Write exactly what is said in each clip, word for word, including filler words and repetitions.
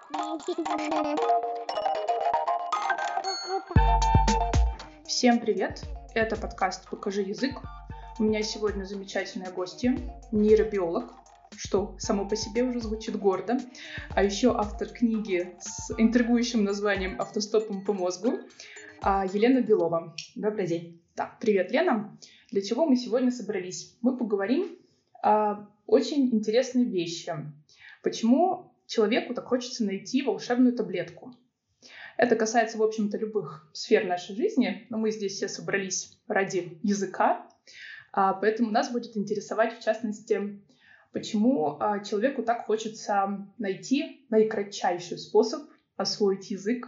Всем привет! Это подкаст «Покажи язык». У меня сегодня замечательная гостья, нейробиолог, что само по себе уже звучит гордо, а еще автор книги с интригующим названием «Автостопом по мозгу» Елена Белова. Добрый день. Да, привет, Лена. Для чего мы сегодня собрались? Мы поговорим о очень интересной вещи. Почему человеку так хочется найти волшебную таблетку? Это касается, в общем-то, любых сфер нашей жизни, но мы здесь все собрались ради языка, поэтому нас будет интересовать, в частности, почему человеку так хочется найти наикратчайший способ освоить язык.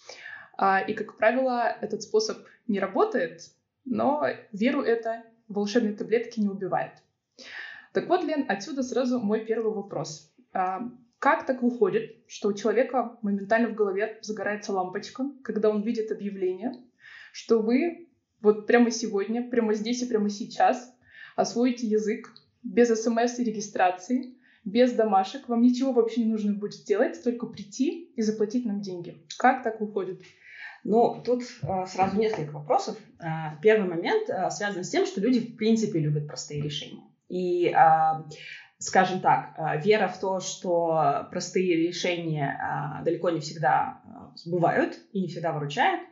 И, как правило, этот способ не работает, но веру это волшебной таблетки не убивает. Так вот, Лен, отсюда сразу мой первый вопрос. Как так выходит, что у человека моментально в голове загорается лампочка, когда он видит объявление, что вы вот прямо сегодня, прямо здесь и прямо сейчас освоите язык без смс и регистрации, без домашек, вам ничего вообще не нужно будет делать, только прийти и заплатить нам деньги. Как так выходит? Ну, тут э, сразу несколько вопросов. Э, первый момент э, связан с тем, что люди в принципе любят простые решения. И, э, скажем так, э, вера в то, что простые решения э, далеко не всегда э, бывают и не всегда выручают,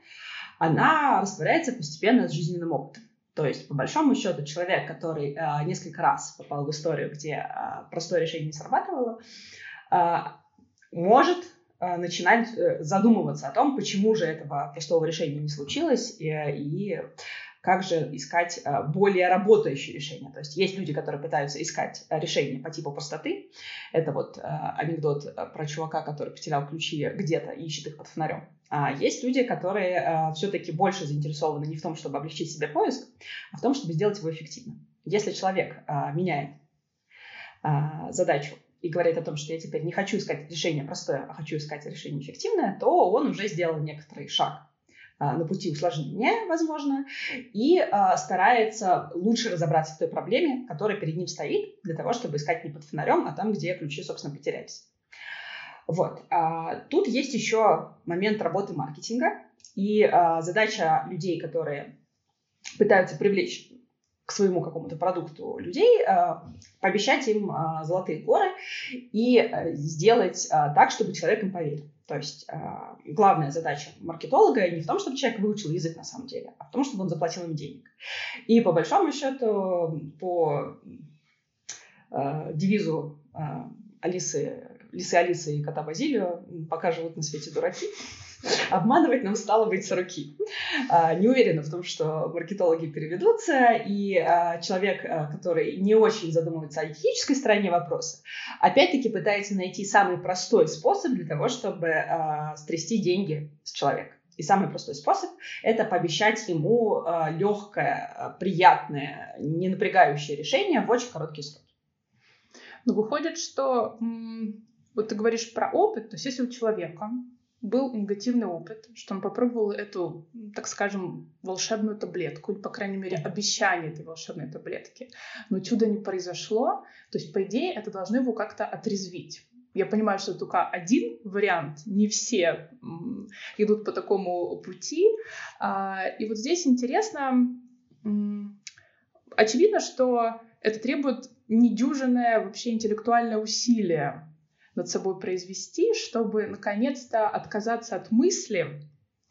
она растворяется постепенно с жизненным опытом. То есть, по большому счету, человек, который э, несколько раз попал в историю, где э, простое решение не срабатывало, э, может начинать задумываться о том, почему же этого простого решения не случилось, и, и как же искать более работающие решения. То есть есть люди, которые пытаются искать решения по типу простоты. Это вот анекдот про чувака, который потерял ключи где-то и ищет их под фонарем. А есть люди, которые все-таки больше заинтересованы не в том, чтобы облегчить себе поиск, а в том, чтобы сделать его эффективным. Если человек меняет задачу и говорит о том, что я теперь не хочу искать решение простое, а хочу искать решение эффективное, то он уже сделал некоторый шаг а, на пути усложнения, возможно, и а, старается лучше разобраться в той проблеме, которая перед ним стоит, для того, чтобы искать не под фонарем, а там, где ключи, собственно, потерялись. Вот. А, тут есть еще момент работы маркетинга, и а, задача людей, которые пытаются привлечь к своему какому-то продукту людей, пообещать им золотые горы и сделать так, чтобы человек им поверил. То есть главная задача маркетолога не в том, чтобы человек выучил язык на самом деле, а в том, чтобы он заплатил им денег. И по большому счету, по девизу Алисы, Лисы Алисы и кота Базилио, пока живут на свете дураки, обманывать нам стало быть с руки. А, не уверена в том, что маркетологи переведутся, и а, человек, а, который не очень задумывается о этической стороне вопроса, опять-таки пытается найти самый простой способ для того, чтобы а, стрясти деньги с человека. И самый простой способ – это пообещать ему а, легкое, а, приятное, не напрягающее решение в очень короткие сроки. Ну, выходит, что м- вот ты говоришь про опыт, то есть если у человека был негативный опыт, что он попробовал эту, так скажем, волшебную таблетку, или, по крайней мере, обещание этой волшебной таблетки, но чуда не произошло, то есть, по идее, это должно его как-то отрезвить. Я понимаю, что только один вариант, не все м, идут по такому пути. А, и вот здесь интересно, м, очевидно, что это требует недюжинное вообще интеллектуальное усилие над собой произвести, чтобы наконец-то отказаться от мысли,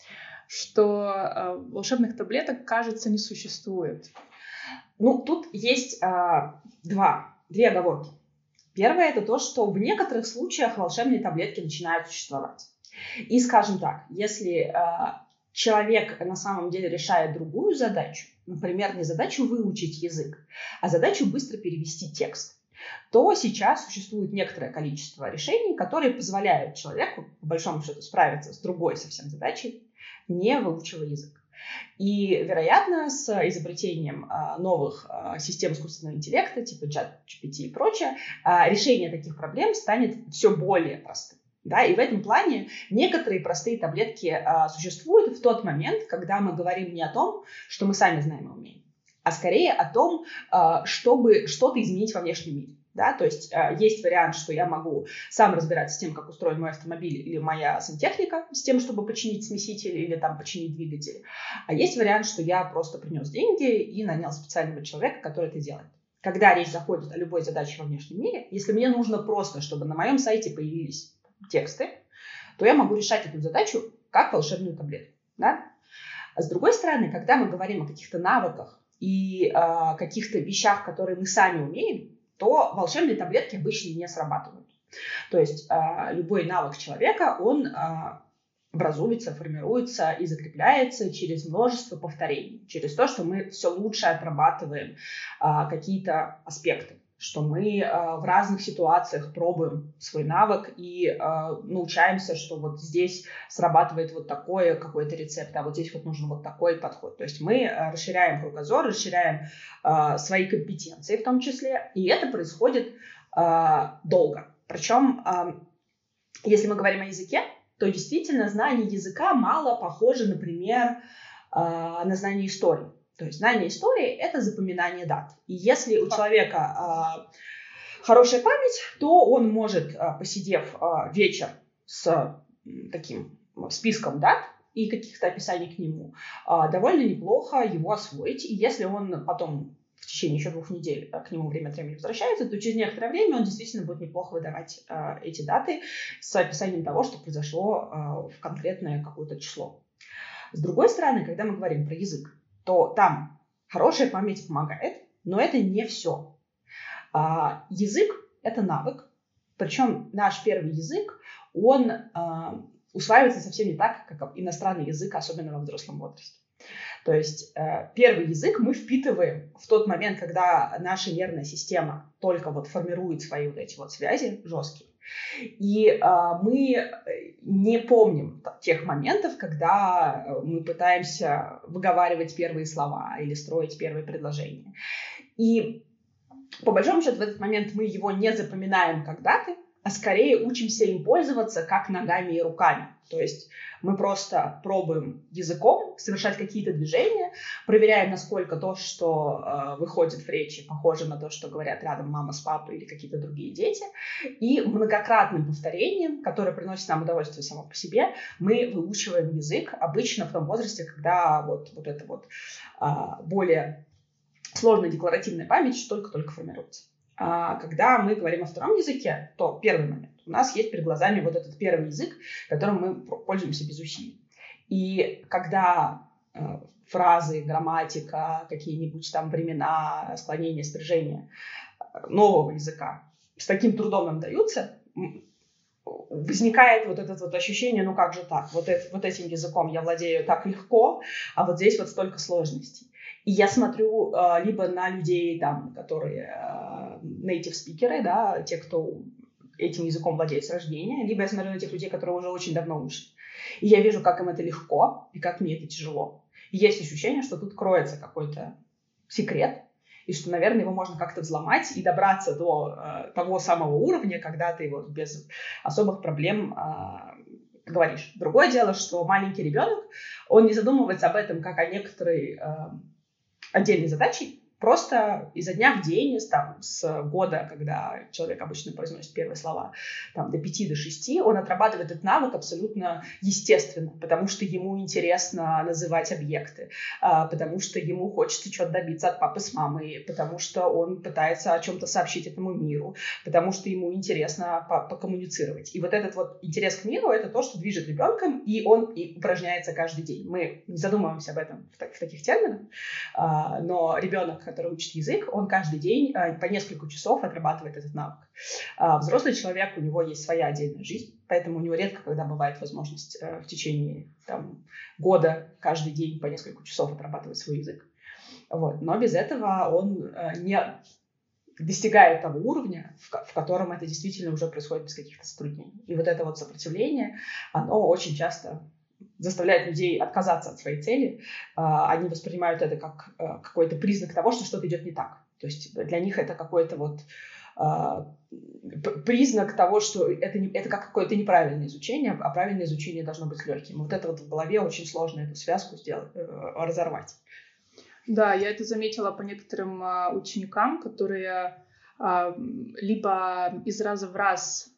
что э, волшебных таблеток, кажется, не существует. Ну, тут есть э, два, две оговорки. Первое – это то, что в некоторых случаях волшебные таблетки начинают существовать. И, скажем так, если э, человек на самом деле решает другую задачу, например, не задачу выучить язык, а задачу быстро перевести текст, то сейчас существует некоторое количество решений, которые позволяют человеку, по большому счету, справиться с другой совсем задачей, не выучивая язык. И, вероятно, с изобретением новых систем искусственного интеллекта, типа чат джи пи ти и прочее, решение таких проблем станет все более простым. Да? И в этом плане некоторые простые таблетки существуют в тот момент, когда мы говорим не о том, что мы сами знаем и умеем, а скорее о том, чтобы что-то изменить во внешнем мире. Да, то есть э, есть вариант, что я могу сам разбираться с тем, как устроен мой автомобиль или моя сантехника, с тем, чтобы починить смеситель или там починить двигатель. А есть вариант, что я просто принес деньги и нанял специального человека, который это делает. Когда речь заходит о любой задаче во внешнем мире, если мне нужно просто, чтобы на моем сайте появились тексты, то я могу решать эту задачу как волшебную таблетку. Да? А с другой стороны, когда мы говорим о каких-то навыках и э, каких-то вещах, которые мы сами умеем, то волшебные таблетки обычно не срабатывают. То есть э, любой навык человека, он э, образуется, формируется и закрепляется через множество повторений, через то, что мы все лучше отрабатываем э, какие-то аспекты, что мы э, в разных ситуациях пробуем свой навык и э, научаемся, что вот здесь срабатывает вот такой какой-то рецепт, а вот здесь вот нужен вот такой подход. То есть мы э, расширяем кругозор, расширяем э, свои компетенции в том числе, и это происходит э, долго. Причем, э, если мы говорим о языке, то действительно знание языка мало похоже, например, э, на знание истории. То есть знание истории – это запоминание дат. И если у человека э, хорошая память, то он может, э, посидев э, вечер с э, таким списком дат и каких-то описаний к нему, э, довольно неплохо его освоить. И если он потом в течение еще двух недель к нему время от времени возвращается, то через некоторое время он действительно будет неплохо выдавать э, эти даты с описанием того, что произошло э, в конкретное какое-то число. С другой стороны, когда мы говорим про язык, то там хорошая память помогает, но это не все. А, язык – это навык, причем наш первый язык, он а, усваивается совсем не так, как иностранный язык, особенно во взрослом возрасте. То есть э, первый язык мы впитываем в тот момент, когда наша нервная система только вот формирует свои вот эти вот связи жесткие. И э, мы не помним тех моментов, когда мы пытаемся выговаривать первые слова или строить первые предложения. И по большому счету в этот момент мы его не запоминаем как даты, а скорее учимся им пользоваться как ногами и руками. То есть мы просто пробуем языком совершать какие-то движения, проверяем, насколько то, что э, выходит в речи, похоже на то, что говорят рядом мама с папой или какие-то другие дети. И многократным повторением, которое приносит нам удовольствие само по себе, мы выучиваем язык обычно в том возрасте, когда вот, вот эта вот э, более сложная декларативная память только-только формируется. А когда мы говорим о втором языке, то первый момент. У нас есть перед глазами вот этот первый язык, которым мы пользуемся без усилий. И когда э, фразы, грамматика, какие-нибудь там времена, склонения, спряжения нового языка с таким трудом нам даются, возникает вот это вот ощущение, ну как же так, вот, это, вот этим языком я владею так легко, а вот здесь вот столько сложностей. И я смотрю э, либо на людей, там, которые э, native speakers, да, те, кто этим языком владеет с рождения, либо я смотрю на тех людей, которые уже очень давно учат. И я вижу, как им это легко и как мне это тяжело. И есть ощущение, что тут кроется какой-то секрет, и что, наверное, его можно как-то взломать и добраться до э, того самого уровня, когда ты вот без особых проблем э, говоришь. Другое дело, что маленький ребенок, он не задумывается об этом как о некоторой э, отдельной задаче, просто изо дня в день, там, с года, когда человек обычно произносит первые слова, там, до пяти, до шести, он отрабатывает этот навык абсолютно естественно, потому что ему интересно называть объекты, потому что ему хочется чего-то добиться от папы с мамой, потому что он пытается о чем-то сообщить этому миру, потому что ему интересно покоммуницировать. И вот этот вот интерес к миру — это то, что движет ребенком, и он и упражняется каждый день. Мы не задумываемся об этом в, так, в таких терминах, но ребенок, который учит язык, он каждый день по несколько часов отрабатывает этот навык. Взрослый человек, у него есть своя отдельная жизнь, поэтому у него редко когда бывает возможность в течение там, года каждый день по несколько часов отрабатывать свой язык. Вот. Но без этого он не достигает того уровня, в котором это действительно уже происходит без каких-то затруднений. И вот это вот сопротивление, оно очень часто заставляет людей отказаться от своей цели. Они воспринимают это как какой-то признак того, что что-то идет не так. То есть для них это какой-то вот признак того, что это, не, это как какое-то неправильное изучение, а правильное изучение должно быть легким. Вот это вот в голове очень сложно эту связку сделать, разорвать. Да, я это заметила по некоторым ученикам, которые либо из раза в раз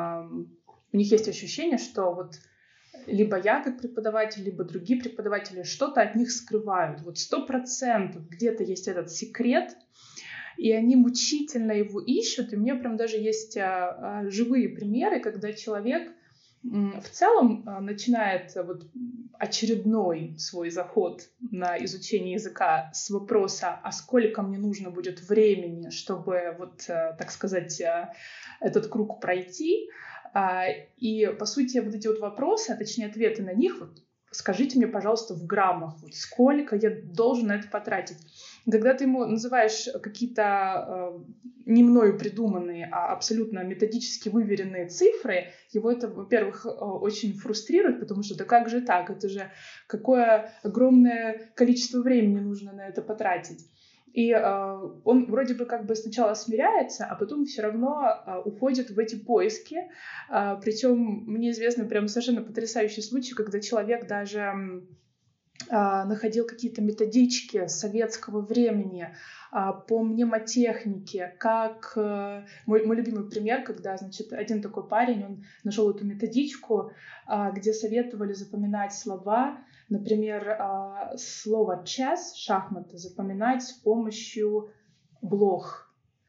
у них есть ощущение, что вот либо я как преподаватель, либо другие преподаватели что-то от них скрывают. Вот сто процентов где-то есть этот секрет, и они мучительно его ищут. И у меня прям даже есть а, а, живые примеры, когда человек м, в целом а, начинает а, вот, очередной свой заход на изучение языка с вопроса, а сколько мне нужно будет времени, чтобы, вот, а, так сказать, а, этот круг пройти. А, и, по сути, вот эти вот вопросы, а точнее ответы на них, вот, скажите мне, пожалуйста, в граммах, вот, сколько я должен на это потратить. Когда ты ему называешь какие-то э, не мною придуманные, а абсолютно методически выверенные цифры, его это, во-первых, э, очень фрустрирует, потому что да как же так? Это же какое огромное количество времени нужно на это потратить. И э, он вроде бы как бы сначала смиряется, а потом все равно э, уходит в эти поиски. Э, причем мне известны прям совершенно потрясающие случаи, когда человек даже э, находил какие-то методички советского времени э, по мнемотехнике, как э, мой, мой любимый пример, когда, значит, один такой парень, он нашел эту методичку, э, где советовали запоминать слова. Например, слово «чес», шахматы, запоминать с помощью блох.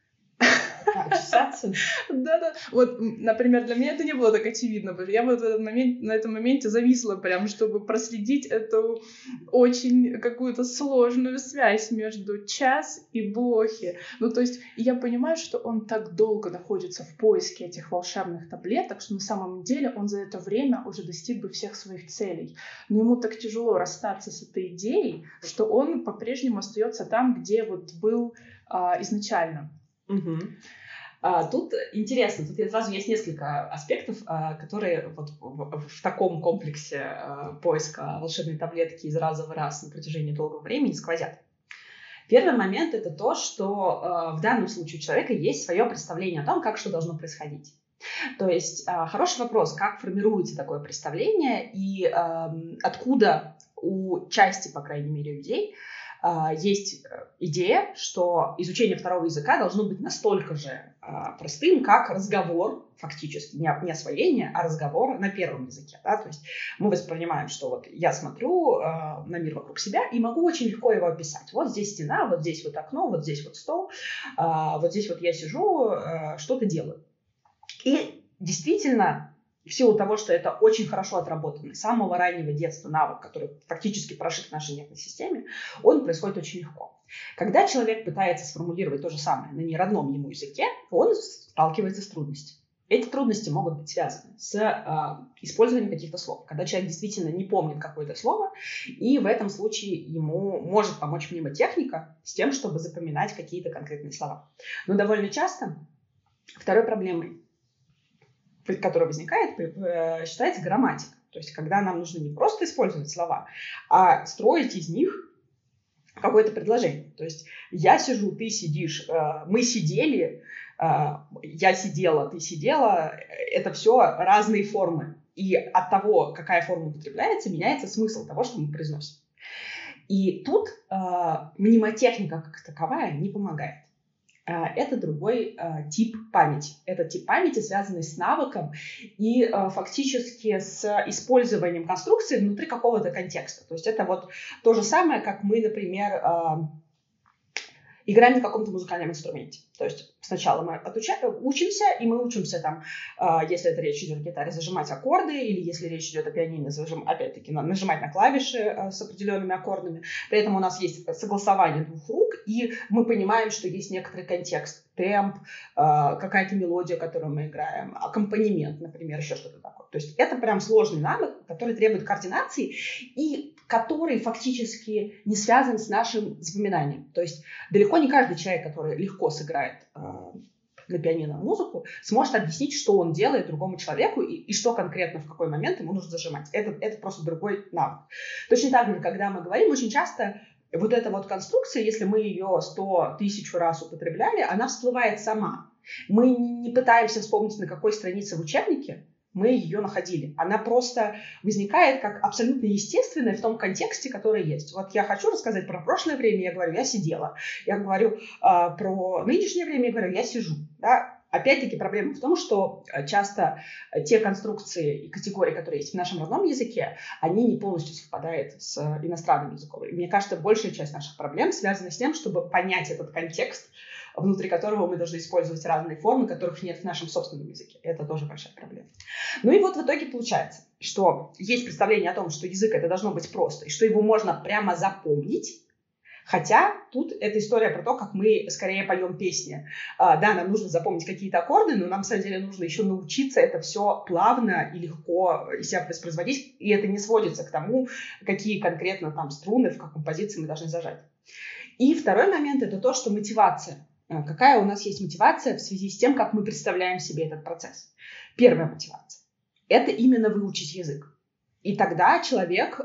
А, чесаться? Да-да. Вот, например, для меня это не было так очевидно, потому что я вот в этот момент, на этом моменте зависла прям, чтобы проследить эту очень какую-то сложную связь между час и блохи. Ну, то есть я понимаю, что он так долго находится в поиске этих волшебных таблеток, что на самом деле он за это время уже достиг бы всех своих целей. Но ему так тяжело расстаться с этой идеей, что он по-прежнему остается там, где вот был а, изначально. Угу. А, тут интересно, тут сразу есть несколько аспектов, а, которые вот в, в таком комплексе а, поиска волшебной таблетки из раза в раз на протяжении долгого времени сквозят. Первый момент — это то, что а, в данном случае у человека есть свое представление о том, как что должно происходить. То есть а, хороший вопрос, как формируется такое представление и а, откуда у части, по крайней мере, людей есть идея, что изучение второго языка должно быть настолько же простым, как разговор, фактически, не освоение, а разговор на первом языке. Да? То есть мы воспринимаем, что вот я смотрю на мир вокруг себя и могу очень легко его описать. Вот здесь стена, вот здесь вот окно, вот здесь вот стол, вот здесь вот я сижу, что-то делаю. И действительно, в силу того, что это очень хорошо отработанный с самого раннего детства навык, который фактически прошит в нашей нервной системе, он происходит очень легко. Когда человек пытается сформулировать то же самое на неродном ему языке, он сталкивается с трудностями. Эти трудности могут быть связаны с э, использованием каких-то слов. Когда человек действительно не помнит какое-то слово, и в этом случае ему может помочь мнемотехника с тем, чтобы запоминать какие-то конкретные слова. Но довольно часто второй проблемой, которая возникает, считается грамматика. То есть, когда нам нужно не просто использовать слова, а строить из них какое-то предложение. То есть, я сижу, ты сидишь, мы сидели, я сидела, ты сидела. Это все разные формы. И от того, какая форма употребляется, меняется смысл того, что мы произносим. И тут мнемотехника как таковая не помогает. Это другой э, тип памяти. Это тип памяти, связанный с навыком и э, фактически с использованием конструкции внутри какого-то контекста. То есть это вот то же самое, как мы, например, э, играем на каком-то музыкальном инструменте. То есть сначала мы отуча... учимся, и мы учимся, там, э, если это речь идет о гитаре, зажимать аккорды, или если речь идет о пианино, зажим... опять-таки нажимать на клавиши э, с определенными аккордами. При этом у нас есть согласование двух рук, и мы понимаем, что есть некоторый контекст, темп, э, какая-то мелодия, которую мы играем, аккомпанемент, например, еще что-то такое. То есть это прям сложный навык, который требует координации и который фактически не связан с нашим запоминанием. То есть далеко не каждый человек, который легко сыграет э, на пианино музыку, сможет объяснить, что он делает другому человеку и, и что конкретно в какой момент ему нужно зажимать. Это, это просто другой навык. Точно так же, когда мы говорим, очень часто вот эта вот конструкция, если мы ее сто тысяч раз употребляли, она всплывает сама. Мы не пытаемся вспомнить, на какой странице в учебнике мы ее находили. Она просто возникает как абсолютно естественная в том контексте, который есть. Вот я хочу рассказать про прошлое время, я говорю, я сидела. Я говорю э, про нынешнее время, я говорю, я сижу. Да? Опять-таки проблема в том, что часто те конструкции и категории, которые есть в нашем родном языке, они не полностью совпадают с иностранным языком. И мне кажется, большая часть наших проблем связана с тем, чтобы понять этот контекст, внутри которого мы должны использовать разные формы, которых нет в нашем собственном языке. Это тоже большая проблема. Ну и вот в итоге получается, что есть представление о том, что язык это должно быть просто, и что его можно прямо запомнить. Хотя тут эта история про то, как мы скорее поем песни. А, да, нам нужно запомнить какие-то аккорды, но нам, на самом деле, нужно еще научиться это все плавно и легко из себя воспроизводить. И это не сводится к тому, какие конкретно там струны, в какой позиции мы должны зажать. И второй момент – это то, что мотивация. Какая у нас есть мотивация в связи с тем, как мы представляем себе этот процесс. Первая мотивация – это именно выучить язык. И тогда человек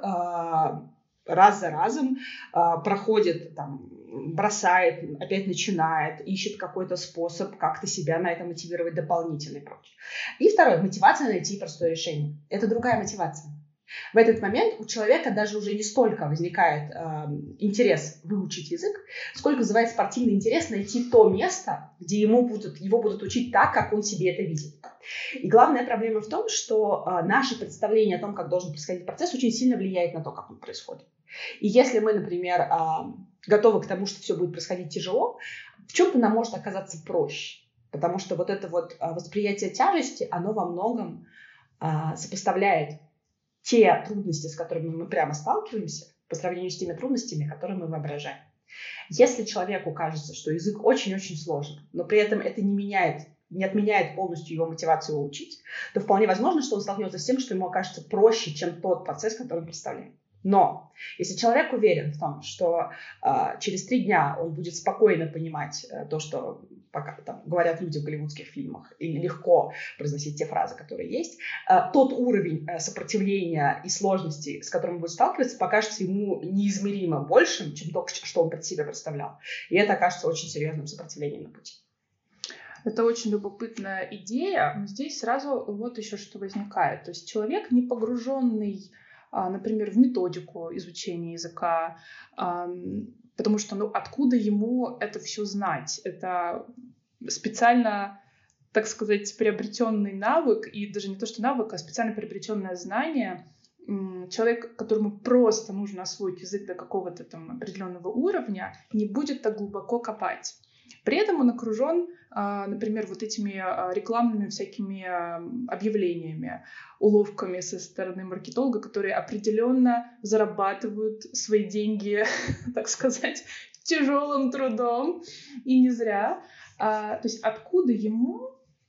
раз за разом э, проходит, там, бросает, опять начинает, ищет какой-то способ как-то себя на это мотивировать дополнительно и прочее. И второе, мотивация найти простое решение. Это другая мотивация. В этот момент у человека даже уже не столько возникает э, интерес выучить язык, сколько вызывает спортивный интерес найти то место, где ему будут, его будут учить так, как он себе это видит. И главная проблема в том, что э, наше представление о том, как должен происходить процесс, очень сильно влияет на то, как он происходит. И если мы, например, э, готовы к тому, что все будет происходить тяжело, в чем-то нам может оказаться проще. Потому что вот это вот восприятие тяжести, оно во многом э, сопоставляет те трудности, с которыми мы прямо сталкиваемся, по сравнению с теми трудностями, которые мы воображаем. Если человеку кажется, что язык очень-очень сложен, но при этом это не меняет, не отменяет полностью его мотивацию его учить, то вполне возможно, что он столкнется с тем, что ему окажется проще, чем тот процесс, который он представляет. Но если человек уверен в том, что э, через три дня он будет спокойно понимать э, то, что пока, там, говорят люди в голливудских фильмах, или легко произносить те фразы, которые есть, э, тот уровень э, сопротивления и сложности, с которым он будет сталкиваться, покажется ему неизмеримо большим, чем то, что он под себя представлял. И это окажется очень серьезным сопротивлением на пути. Это очень любопытная идея, но здесь сразу вот еще что возникает. То есть человек, не погруженный, например, в методику изучения языка, потому что, ну, откуда ему это все знать? Это специально, так сказать, приобретенный навык, и даже не то, что навык, а специально приобретенное знание. Человек, которому просто нужно освоить язык до какого-то там определенного уровня, не будет так глубоко копать. При этом он окружен, например, вот этими рекламными всякими объявлениями, уловками со стороны маркетолога, которые определенно зарабатывают свои деньги, так сказать, тяжелым трудом, и не зря. То есть откуда ему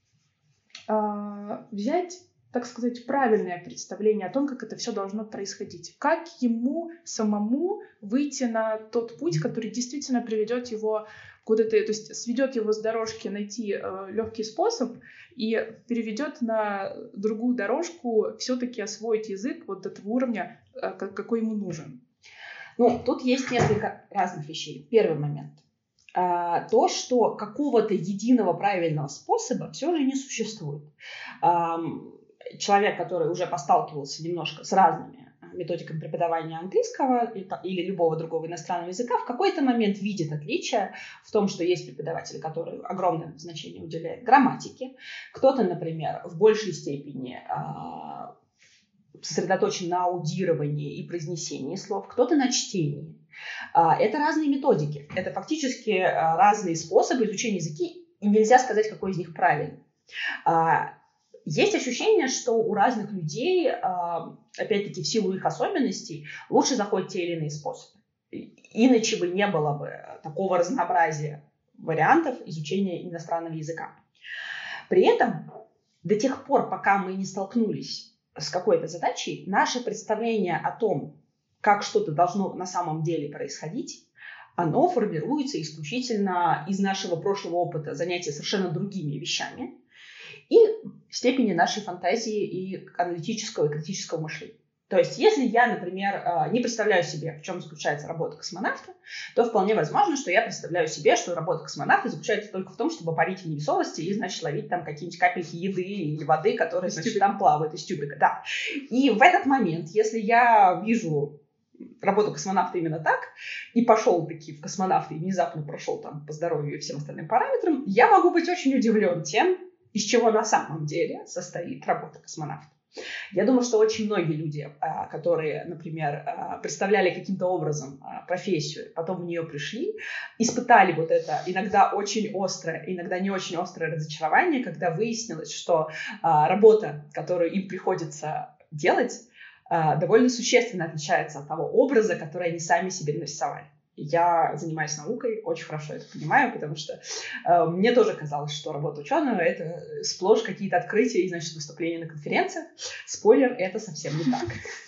взять, так сказать, правильное представление о том, как это все должно происходить? Как ему самому выйти на тот путь, который действительно приведет его куда-то, то есть сведет его с дорожки найти э, легкий способ и переведет на другую дорожку все-таки освоить язык вот до того уровня, э, какой ему нужен? Ну, тут есть несколько разных вещей. Первый момент. А, то, что какого-то единого правильного способа все же не существует. А, человек, который уже посталкивался немножко с разными методиками преподавания английского или любого другого иностранного языка, в какой-то момент видит отличие в том, что есть преподаватели, которые огромное значение уделяют грамматике. Кто-то, например, в большей степени сосредоточен на аудировании и произнесении слов, кто-то на чтении. Это разные методики. Это фактически разные способы изучения языки, и нельзя сказать, какой из них правильный. Есть ощущение, что у разных людей, опять-таки, в силу их особенностей, лучше заходят те или иные способы. Иначе бы не было бы такого разнообразия вариантов изучения иностранного языка. При этом, до тех пор, пока мы не столкнулись с какой-то задачей, наше представление о том, как что-то должно на самом деле происходить, оно формируется исключительно из нашего прошлого опыта занятия совершенно другими вещами и степени нашей фантазии и аналитического и критического мышления. То есть, если я, например, не представляю себе, в чем заключается работа космонавта, то вполне возможно, что я представляю себе, что работа космонавта заключается только в том, чтобы парить в невесомости и, значит, ловить там какие-нибудь капельки еды или воды, которые, значит, там плавают из тюбика. Да. И в этот момент, если я вижу работу космонавта именно так, и пошел таки в космонавты, и внезапно прошел там по здоровью и всем остальным параметрам, я могу быть очень удивлен тем, из чего на самом деле состоит работа космонавта. Я думаю, что очень многие люди, которые, например, представляли каким-то образом профессию, потом в нее пришли, испытали вот это иногда очень острое, иногда не очень острое разочарование, когда выяснилось, что работа, которую им приходится делать, довольно существенно отличается от того образа, который они сами себе нарисовали. Я занимаюсь наукой, очень хорошо это понимаю, потому что э, мне тоже казалось, что работа ученого — это сплошь какие-то открытия и, значит, выступления на конференциях. Спойлер, это совсем не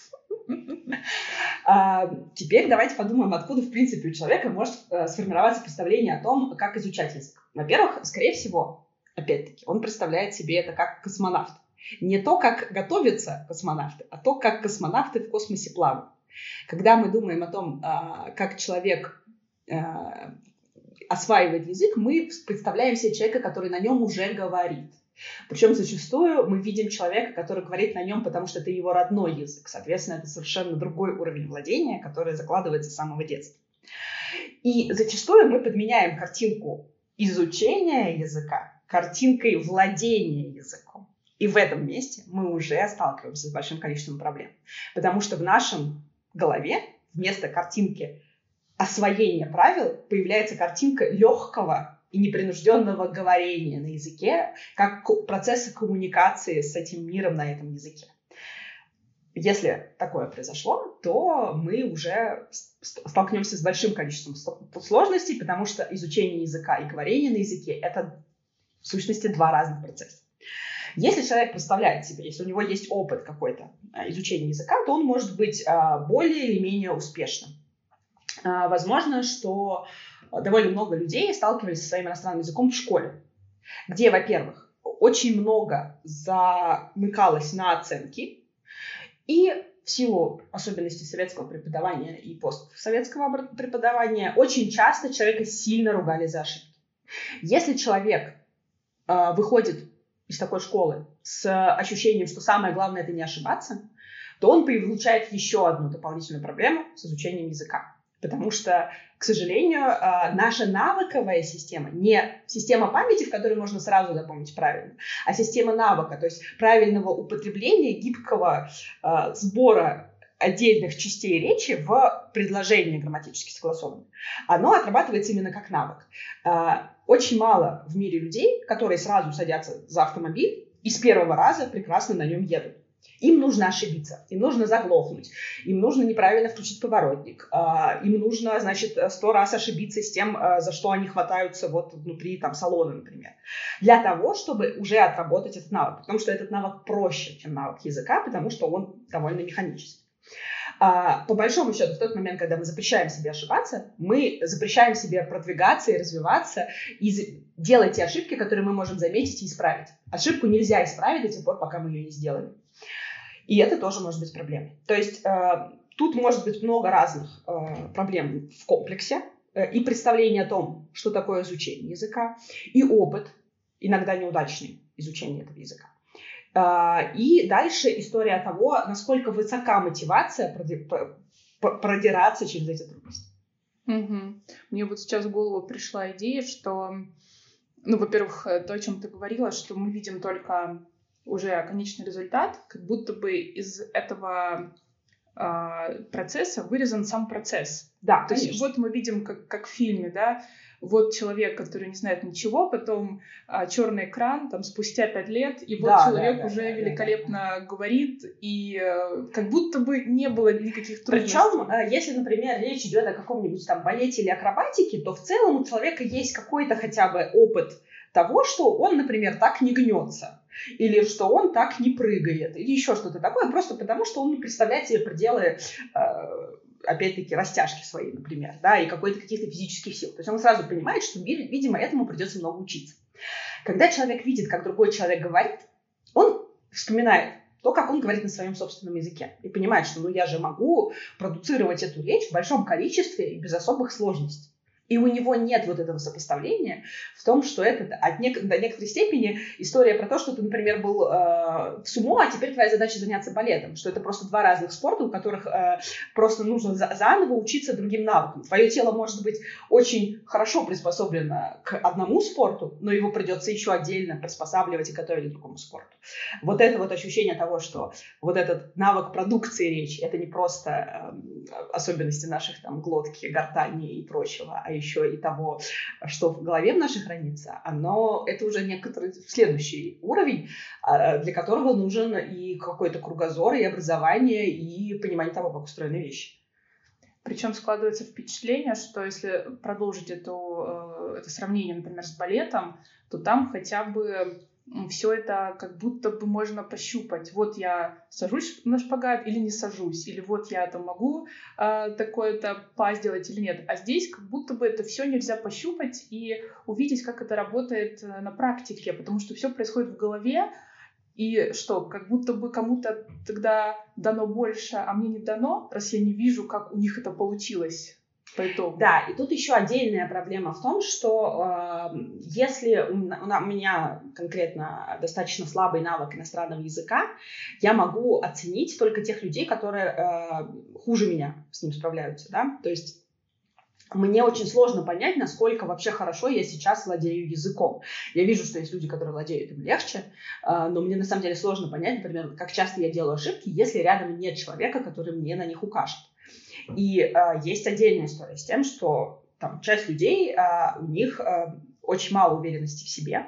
так. Теперь давайте подумаем, откуда, в принципе, у человека может сформироваться представление о том, как изучать язык. Во-первых, скорее всего, опять-таки, он представляет себе это как космонавт. Не то, как готовятся космонавты, а то, как космонавты в космосе плавают. Когда мы думаем о том, как человек осваивает язык, мы представляем себе человека, который на нем уже говорит. Причем зачастую мы видим человека, который говорит на нем, потому что это его родной язык. Соответственно, это совершенно другой уровень владения, который закладывается с самого детства. И зачастую мы подменяем картинку изучения языка картинкой владения языком. И в этом месте мы уже сталкиваемся с большим количеством проблем. Потому что в нашем голове вместо картинки освоения правил появляется картинка легкого и непринужденного говорения на языке, как процесса коммуникации с этим миром на этом языке. Если такое произошло, то мы уже столкнемся с большим количеством сложностей, потому что изучение языка и говорение на языке — это в сущности два разных процесса. Если человек представляет себе, если у него есть опыт какой-то изучения языка, то он может быть более или менее успешным. Возможно, что довольно много людей сталкивались со своим иностранным языком в школе, где, во-первых, очень много замыкалось на оценки, и в силу особенностей советского преподавания и постсоветского преподавания очень часто человека сильно ругали за ошибки. Если человек выходит из такой школы с ощущением, что самое главное — это не ошибаться, то он получает еще одну дополнительную проблему с изучением языка. Потому что, к сожалению, наша навыковая система, не система памяти, в которой можно сразу запомнить правильно, а система навыка, то есть правильного употребления, гибкого сбора отдельных частей речи в предложении грамматически согласованном, оно отрабатывается именно как навык. Очень мало в мире людей, которые сразу садятся за автомобиль и с первого раза прекрасно на нем едут. Им нужно ошибиться, им нужно заглохнуть, им нужно неправильно включить поворотник, им нужно, значит, сто раз ошибиться с тем, за что они хватаются вот внутри там салона, например, для того, чтобы уже отработать этот навык, потому что этот навык проще, чем навык языка, потому что он довольно механический. По большому счету, в тот момент, когда мы запрещаем себе ошибаться, мы запрещаем себе продвигаться и развиваться, и делать те ошибки, которые мы можем заметить и исправить. Ошибку нельзя исправить до тех пор, пока мы ее не сделали. И это тоже может быть проблемой. То есть э, тут может быть много разных э, проблем в комплексе. Э, и представление о том, что такое изучение языка, и опыт, иногда неудачный, изучения этого языка. Э, и дальше история того, насколько высока мотивация продираться через эти трудности. Угу. Мне вот сейчас в голову пришла идея, что, ну, во-первых, то, о чем ты говорила, что мы видим только уже конечный результат, как будто бы из этого э, процесса вырезан сам процесс. Да, то конечно. есть вот мы видим, как, как в фильме, да, вот человек, который не знает ничего, потом э, черный экран, там спустя пять лет, и вот да, человек да, уже да, великолепно да, да. говорит, и э, как будто бы не было никаких трудностей. Причем, э, если, например, речь идет о каком-нибудь там балете или акробатике, то в целом у человека есть какой-то хотя бы опыт того, что он, например, так не гнется. Или что он так не прыгает, или еще что-то такое, просто потому что он не представляет себе пределы, э, опять-таки, растяжки своей, например, да, и какой-то каких-то физических сил. То есть он сразу понимает, что, видимо, этому придется много учиться. Когда человек видит, как другой человек говорит, он вспоминает то, как он говорит на своем собственном языке. И понимает, что ну, я же могу продуцировать эту речь в большом количестве и без особых сложностей. И у него нет вот этого сопоставления в том, что это от нек- до некоторой степени история про то, что ты, например, был э, в сумо, а теперь твоя задача заняться балетом. Что это просто два разных спорта, у которых э, просто нужно за- заново учиться другим навыкам. Твое тело может быть очень хорошо приспособлено к одному спорту, но его придется еще отдельно приспосабливать и готовить к другому спорту. Вот это вот ощущение того, что вот этот навык продукции речи, это не просто э, особенности наших там глотки, гортани и прочего, а еще и того, что в голове в нашей хранится, оно, это уже некоторый следующий уровень, для которого нужен и какой-то кругозор, и образование, и понимание того, как устроены вещи. Причем складывается впечатление, что если продолжить эту, это сравнение, например, с балетом, то там хотя бы все это как будто бы можно пощупать. Вот я сажусь на шпагат или не сажусь, или вот я там могу э, такое-то па сделать или нет. А здесь как будто бы это все нельзя пощупать и увидеть, как это работает на практике, потому что все происходит в голове, и что, как будто бы кому-то тогда дано больше, а мне не дано, раз я не вижу, как у них это получилось. По итогу. Да, и тут еще отдельная проблема в том, что э, если у, у меня конкретно достаточно слабый навык иностранного языка, я могу оценить только тех людей, которые э, хуже меня с ним справляются, да, то есть мне очень сложно понять, насколько вообще хорошо я сейчас владею языком. Я вижу, что есть люди, которые владеют им легче, но мне на самом деле сложно понять, например, как часто я делаю ошибки, если рядом нет человека, который мне на них укажет. И э, есть отдельная история с тем, что там, часть людей, э, у них э, очень мало уверенности в себе,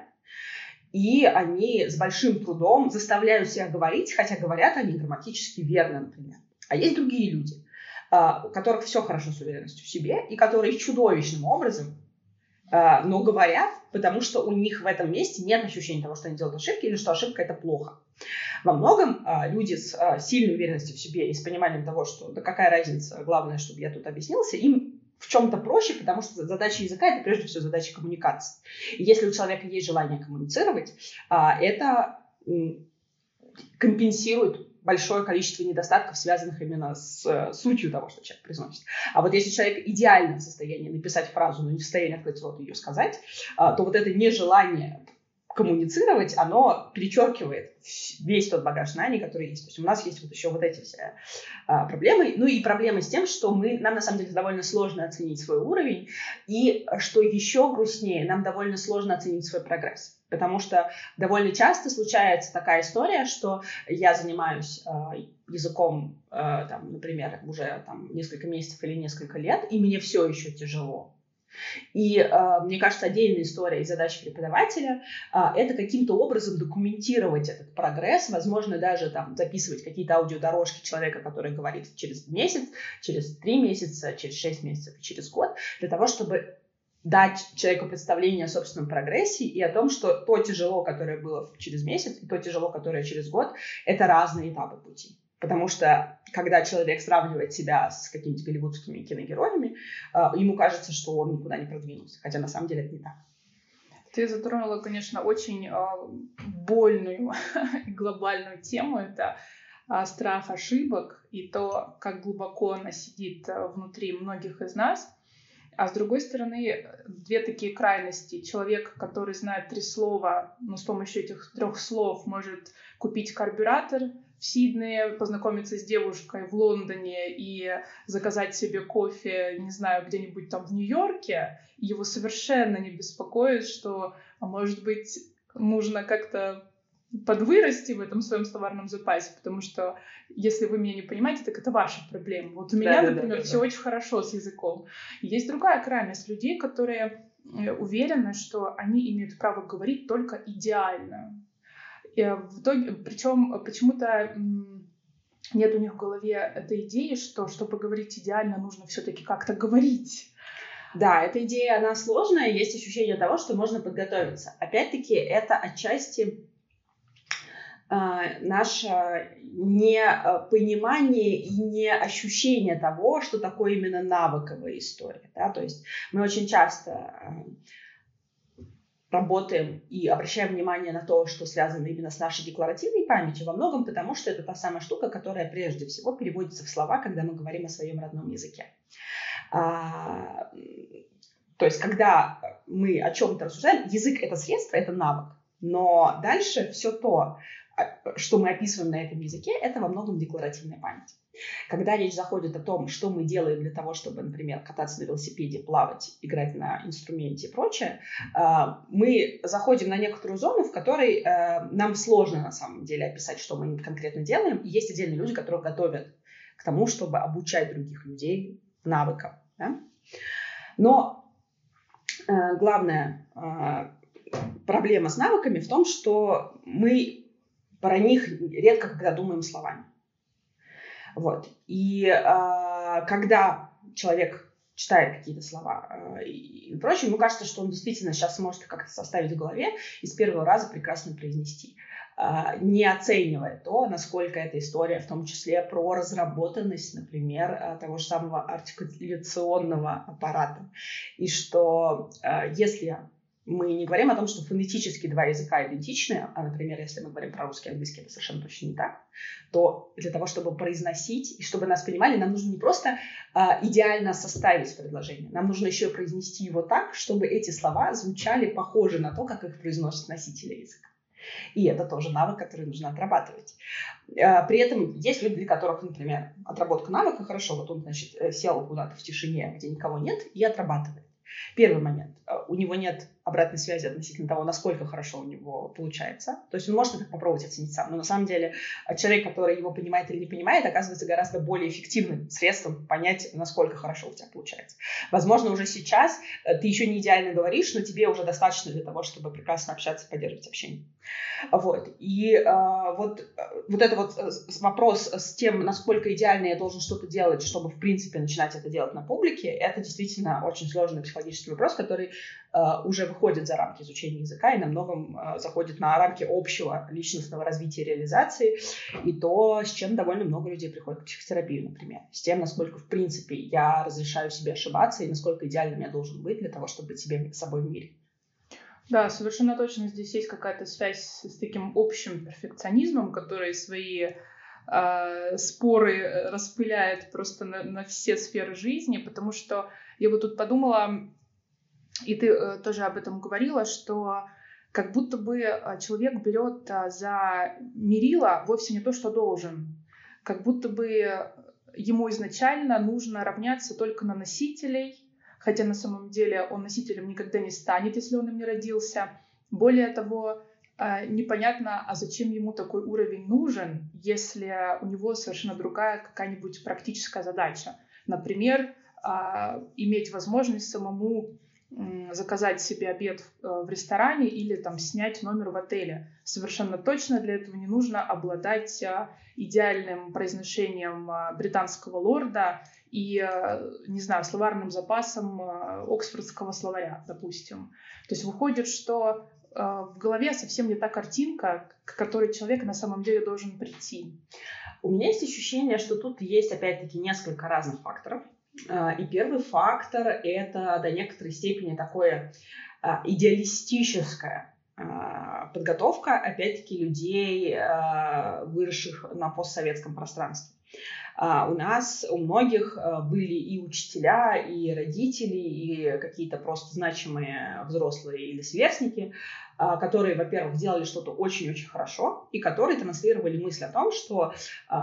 и они с большим трудом заставляют себя говорить, хотя говорят они грамматически верно, например. А есть другие люди, э, у которых все хорошо с уверенностью в себе, и которые чудовищным образом, э, но говорят, потому что у них в этом месте нет ощущения того, что они делают ошибки, или что ошибка — это плохо. Во многом а, люди с а, сильной уверенностью в себе и с пониманием того, что да какая разница, главное, чтобы я тут объяснился, им в чем-то проще, потому что задача языка — это прежде всего задача коммуникации. И если у человека есть желание коммуницировать, а, это м, компенсирует большое количество недостатков, связанных именно с э, сутью того, что человек произносит. А вот если человек идеально в состоянии написать фразу, но не в состоянии открыть рот и ее сказать, а, то вот это нежелание коммуницировать, оно перечеркивает весь тот багаж знаний, который есть. То есть у нас есть вот еще вот эти все а, проблемы. Ну и проблемы с тем, что мы, нам на самом деле довольно сложно оценить свой уровень. И что еще грустнее, нам довольно сложно оценить свой прогресс. Потому что довольно часто случается такая история, что я занимаюсь э, языком, э, там, например, уже там, несколько месяцев или несколько лет, и мне все еще тяжело. И э, мне кажется, отдельная история и задача преподавателя э, это каким-то образом документировать этот прогресс, возможно, даже там, записывать какие-то аудиодорожки человека, который говорит через месяц, через три месяца, через шесть месяцев, через год, для того, чтобы дать человеку представление о собственном прогрессе и о том, что то тяжело, которое было через месяц, и то тяжело, которое через год, это разные этапы пути. Потому что, когда человек сравнивает себя с какими-то голливудскими киногероями, ему кажется, что он никуда не продвинулся. Хотя на самом деле это не так. Ты затронула, конечно, очень больную и глобальную тему. Это страх ошибок и то, как глубоко она сидит внутри многих из нас. А с другой стороны, две такие крайности. Человек, который знает три слова, но с помощью этих трех слов может купить карбюратор в Сиднее, познакомиться с девушкой в Лондоне и заказать себе кофе, не знаю, где-нибудь там в Нью-Йорке. Его совершенно не беспокоит, что, а может быть, нужно как-то подвырасти в этом своем словарном запасе, потому что если вы меня не понимаете, так это ваша проблема. Вот у меня, да, например, да, да, все да. очень хорошо с языком. Есть другая крайность людей, которые уверены, что они имеют право говорить только идеально. И в итоге, причем почему-то нет у них в голове этой идеи, что чтобы говорить идеально, нужно все-таки как-то говорить. Да, эта идея, она сложная, есть ощущение того, что можно подготовиться. Опять-таки, это отчасти наше непонимание и не ощущение того, что такое именно навыковая история. Да? То есть мы очень часто работаем и обращаем внимание на то, что связано именно с нашей декларативной памятью, во многом потому, что это та самая штука, которая прежде всего переводится в слова, когда мы говорим о своем родном языке. А, то есть, когда мы о чем-то рассуждаем, язык — это средство, это навык, но дальше все то, что мы описываем на этом языке, это во многом декларативная память. Когда речь заходит о том, что мы делаем для того, чтобы, например, кататься на велосипеде, плавать, играть на инструменте и прочее, мы заходим на некоторую зону, в которой нам сложно на самом деле описать, что мы конкретно делаем. И есть отдельные люди, которые готовят к тому, чтобы обучать других людей навыкам. Да? Но главная проблема с навыками в том, что мы про них редко когда думаем словами. Вот. И э, когда человек читает какие-то слова э, и прочее, ему кажется, что он действительно сейчас сможет как-то составить в голове и с первого раза прекрасно произнести, э, не оценивая то, насколько эта история в том числе про разработанность, например, э, того же самого артикуляционного аппарата. И что э, если мы не говорим о том, что фонетически два языка идентичны, а, например, если мы говорим про русский и английский, это совершенно точно не так, то для того, чтобы произносить и чтобы нас понимали, нам нужно не просто а, идеально составить предложение, нам нужно еще и произнести его так, чтобы эти слова звучали похоже на то, как их произносят носители языка. И это тоже навык, который нужно отрабатывать. При этом есть люди, для которых, например, отработка навыка хорошо, вот он, значит, сел куда-то в тишине, где никого нет, и отрабатывает. Первый момент. У него нет обратной связи относительно того, насколько хорошо у него получается. То есть он может это попробовать оценить сам. Но на самом деле человек, который его понимает или не понимает, оказывается гораздо более эффективным средством понять, насколько хорошо у тебя получается. Возможно, уже сейчас ты еще не идеально говоришь, но тебе уже достаточно для того, чтобы прекрасно общаться, поддерживать общение. Вот. И э, вот, вот это вот вопрос с тем, насколько идеально я должен что-то делать, чтобы, в принципе, начинать это делать на публике, это действительно очень сложный психологический вопрос, который э, уже выходит за рамки изучения языка и на многом э, заходит на рамки общего личностного развития и реализации, и то, с чем довольно много людей приходят к психотерапии, например. С тем, насколько, в принципе, я разрешаю себе ошибаться и насколько идеальным я должен быть для того, чтобы быть себе собой в мире. Да, совершенно точно здесь есть какая-то связь с таким общим перфекционизмом, который свои э, споры распыляет просто на, на все сферы жизни, потому что я вот тут подумала, и ты э, тоже об этом говорила, что как будто бы человек берет э, за мерило вовсе не то, что должен, как будто бы ему изначально нужно равняться только на носителей, хотя на самом деле он носителем никогда не станет, если он им не родился. Более того, непонятно, а зачем ему такой уровень нужен, если у него совершенно другая какая-нибудь практическая задача. Например, иметь возможность самому заказать себе обед в ресторане или там снять номер в отеле. Совершенно точно для этого не нужно обладать идеальным произношением британского лорда и, не знаю, словарным запасом оксфордского словаря, допустим. То есть выходит, что в голове совсем не та картинка, к которой человек на самом деле должен прийти. У меня есть ощущение, что тут есть, опять-таки, несколько разных факторов. И первый фактор — это до некоторой степени такое идеалистическая подготовка, опять-таки, людей, выросших на постсоветском пространстве. У нас, у многих были и учителя, и родители, и какие-то просто значимые взрослые или сверстники, которые, во-первых, делали что-то очень-очень хорошо, и которые транслировали мысль о том, что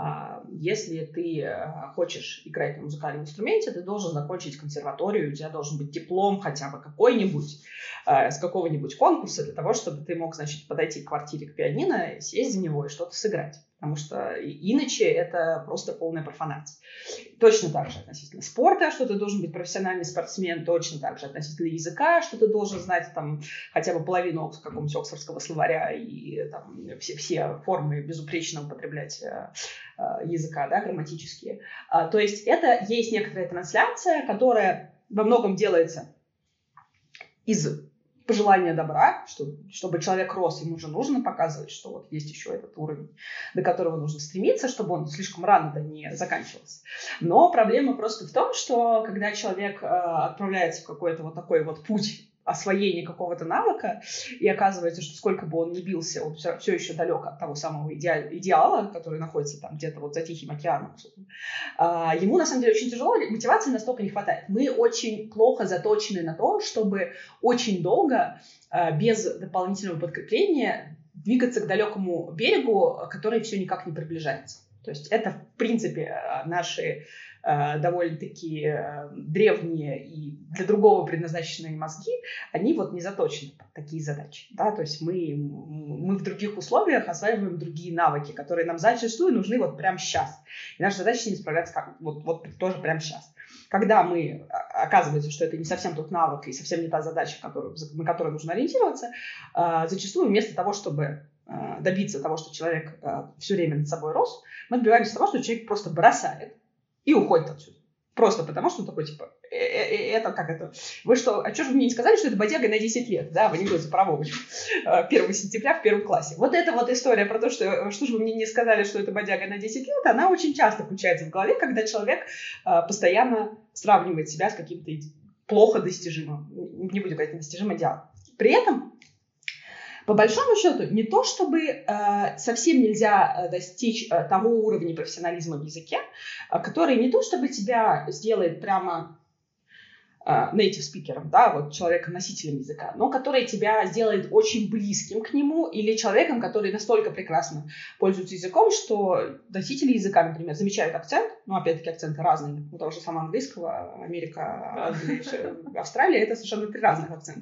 если ты хочешь играть на музыкальном инструменте, ты должен закончить консерваторию, у тебя должен быть диплом хотя бы какой-нибудь с какого-нибудь конкурса для того, чтобы ты мог, значит, подойти к квартире к пианино, сесть за него и что-то сыграть. Потому что иначе это просто полная профанация. Точно так же относительно спорта, что ты должен быть профессиональный спортсмен, точно так же относительно языка, что ты должен знать там хотя бы половину какого-нибудь оксфордского словаря и там, все, все формы безупречно употреблять э, э, языка, да, грамматические. А, то есть это есть некоторая трансляция, которая во многом делается из пожелание добра, что, чтобы человек рос, ему же нужно показывать, что вот есть еще этот уровень, до которого нужно стремиться, чтобы он слишком рано не заканчивался. Но проблема просто в том, что когда человек э, отправляется в какой-то вот такой вот путь освоения какого-то навыка, и оказывается, что сколько бы он ни бился, он все, все еще далек от того самого идеал, идеала, который находится там где-то вот за Тихим океаном. А, ему, на самом деле, очень тяжело, мотивации настолько не хватает. Мы очень плохо заточены на то, чтобы очень долго, а, без дополнительного подкрепления, двигаться к далекому берегу, который все никак не приближается. То есть это, в принципе, наши э, довольно-таки э, древние и для другого предназначенные мозги, они вот не заточены под такие задачи. Да? То есть мы, мы в других условиях осваиваем другие навыки, которые нам зачастую нужны вот прямо сейчас. И наша задача с ними справляться как, вот, вот тоже прямо сейчас. Когда мы, оказывается, что это не совсем тот навык и совсем не та задача, которую, на которую нужно ориентироваться, э, зачастую вместо того, чтобы добиться того, что человек э, все время над собой рос, мы добиваемся того, что человек просто бросает и уходит отсюда. Просто потому, что он такой, типа, э, э, э, это как это? Вы что, а что же вы мне не сказали, что это бодяга на десять лет, да, в анекдоте про Вовочку, первого сентября в первом классе. Вот эта вот история про то, что, что же вы мне не сказали, что это бодяга на десять лет, она очень часто включается в голове, когда человек э, постоянно сравнивает себя с каким-то плохо достижимым, не буду говорить недостижимым идеалом. При этом по большому счету, не то чтобы э, совсем нельзя достичь э, того уровня профессионализма в языке, э, который не то чтобы тебя сделает прямо э, native speakerом, да, вот человеком-носителем языка, но который тебя сделает очень близким к нему, или человеком, который настолько прекрасно пользуется языком, что носители языка, например, замечают акцент, ну, опять-таки, акценты разные, у того же самого английского, Америка, Англия, Австралия, это совершенно три разных акцента.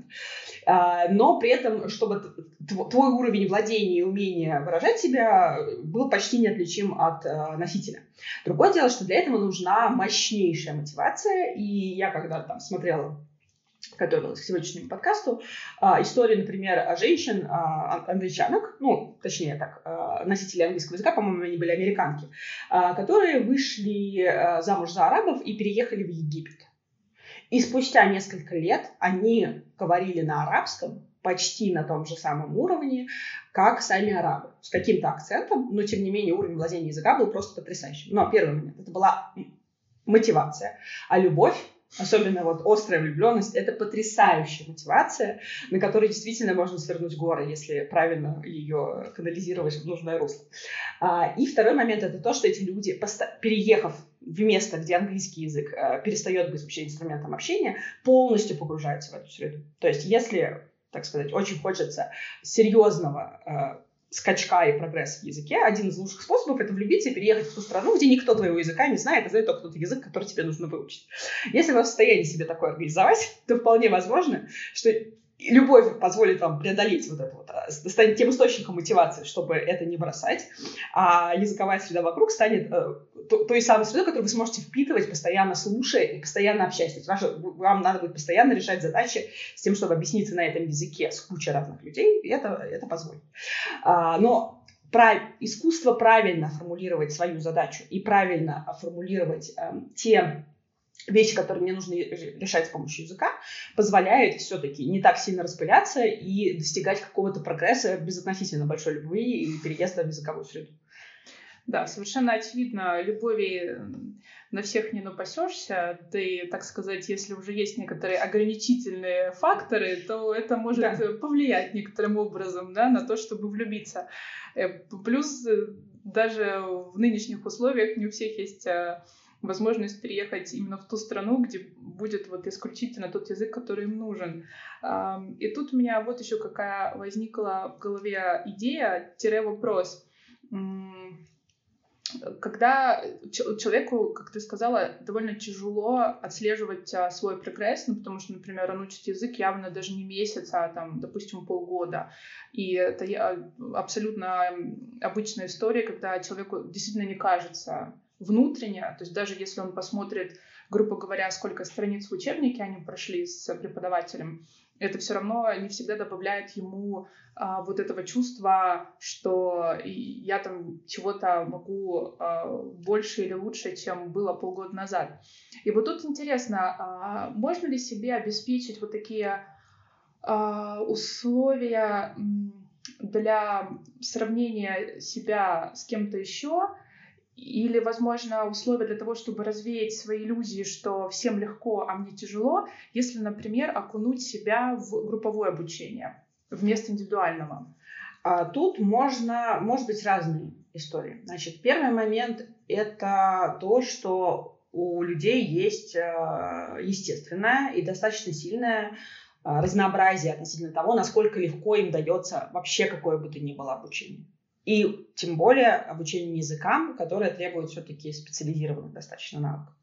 Но при этом, чтобы твой уровень владения и умения выражать себя был почти неотличим от носителя. Другое дело, что для этого нужна мощнейшая мотивация, и я когда там смотрела, готовилась к сегодняшнему подкасту, истории, например, женщин, англичанок, ну, точнее так, носители английского языка, по-моему, они были американки, которые вышли замуж за арабов и переехали в Египет. И спустя несколько лет они говорили на арабском почти на том же самом уровне, как сами арабы. С каким-то акцентом, но тем не менее уровень владения языка был просто потрясающим. Но первый момент — это была мотивация. А любовь, особенно вот острая влюбленность, это потрясающая мотивация, на которой действительно можно свернуть горы, если правильно ее канализировать в нужное русло. И второй момент — это то, что эти люди, переехав в место, где английский язык перестает быть вообще инструментом общения, полностью погружаются в эту среду. То есть если, так сказать, очень хочется серьезного скачка и прогресса в языке, один из лучших способов — это влюбиться и переехать в ту страну, где никто твоего языка не знает, а знает только тот язык, который тебе нужно выучить. Если вы в состоянии себе такое организовать, то вполне возможно, что любовь позволит вам преодолеть вот это вот, станет тем источником мотивации, чтобы это не бросать, а языковая среда вокруг станет э, той самой средой, которую вы сможете впитывать, постоянно слушая и постоянно общаясь. То есть ваше, вам надо будет постоянно решать задачи с тем, чтобы объясниться на этом языке с кучей разных людей, и это, это позволит. А, но прав... искусство правильно формулировать свою задачу и правильно формулировать э, те вещи, которые мне нужно решать с помощью языка, позволяет все-таки не так сильно распыляться и достигать какого-то прогресса без относительно большой любви и переезда в языковую среду. Да, совершенно очевидно, любови на всех не напасешься, да и, так сказать, если уже есть некоторые ограничительные факторы, то это может да. повлиять некоторым образом, да, на то, чтобы влюбиться. Плюс даже в нынешних условиях не у всех есть возможность переехать именно в ту страну, где будет вот исключительно тот язык, который им нужен. И тут у меня вот еще какая возникла в голове идея-вопрос. Когда человеку, как ты сказала, довольно тяжело отслеживать а, свой прогресс, ну, потому что, например, он учит язык явно даже не месяц, а, там, допустим, полгода. И это абсолютно обычная история, когда человеку действительно не кажется внутренне, то есть даже если он посмотрит, грубо говоря, сколько страниц в учебнике они прошли с преподавателем, это все равно не всегда добавляет ему а, вот этого чувства, что я там чего-то могу а, больше или лучше, чем было полгода назад. И вот тут интересно, а, можно ли себе обеспечить вот такие а, условия для сравнения себя с кем-то еще, или, возможно, условия для того, чтобы развеять свои иллюзии, что всем легко, а мне тяжело, если, например, окунуть себя в групповое обучение вместо индивидуального? А тут можно, может быть, разные истории. Значит, первый момент – это то, что у людей есть естественное и достаточно сильное разнообразие относительно того, насколько легко им дается вообще какое бы то ни было обучение. И тем более обучение языкам, которое требует все-таки специализированных достаточно навыков.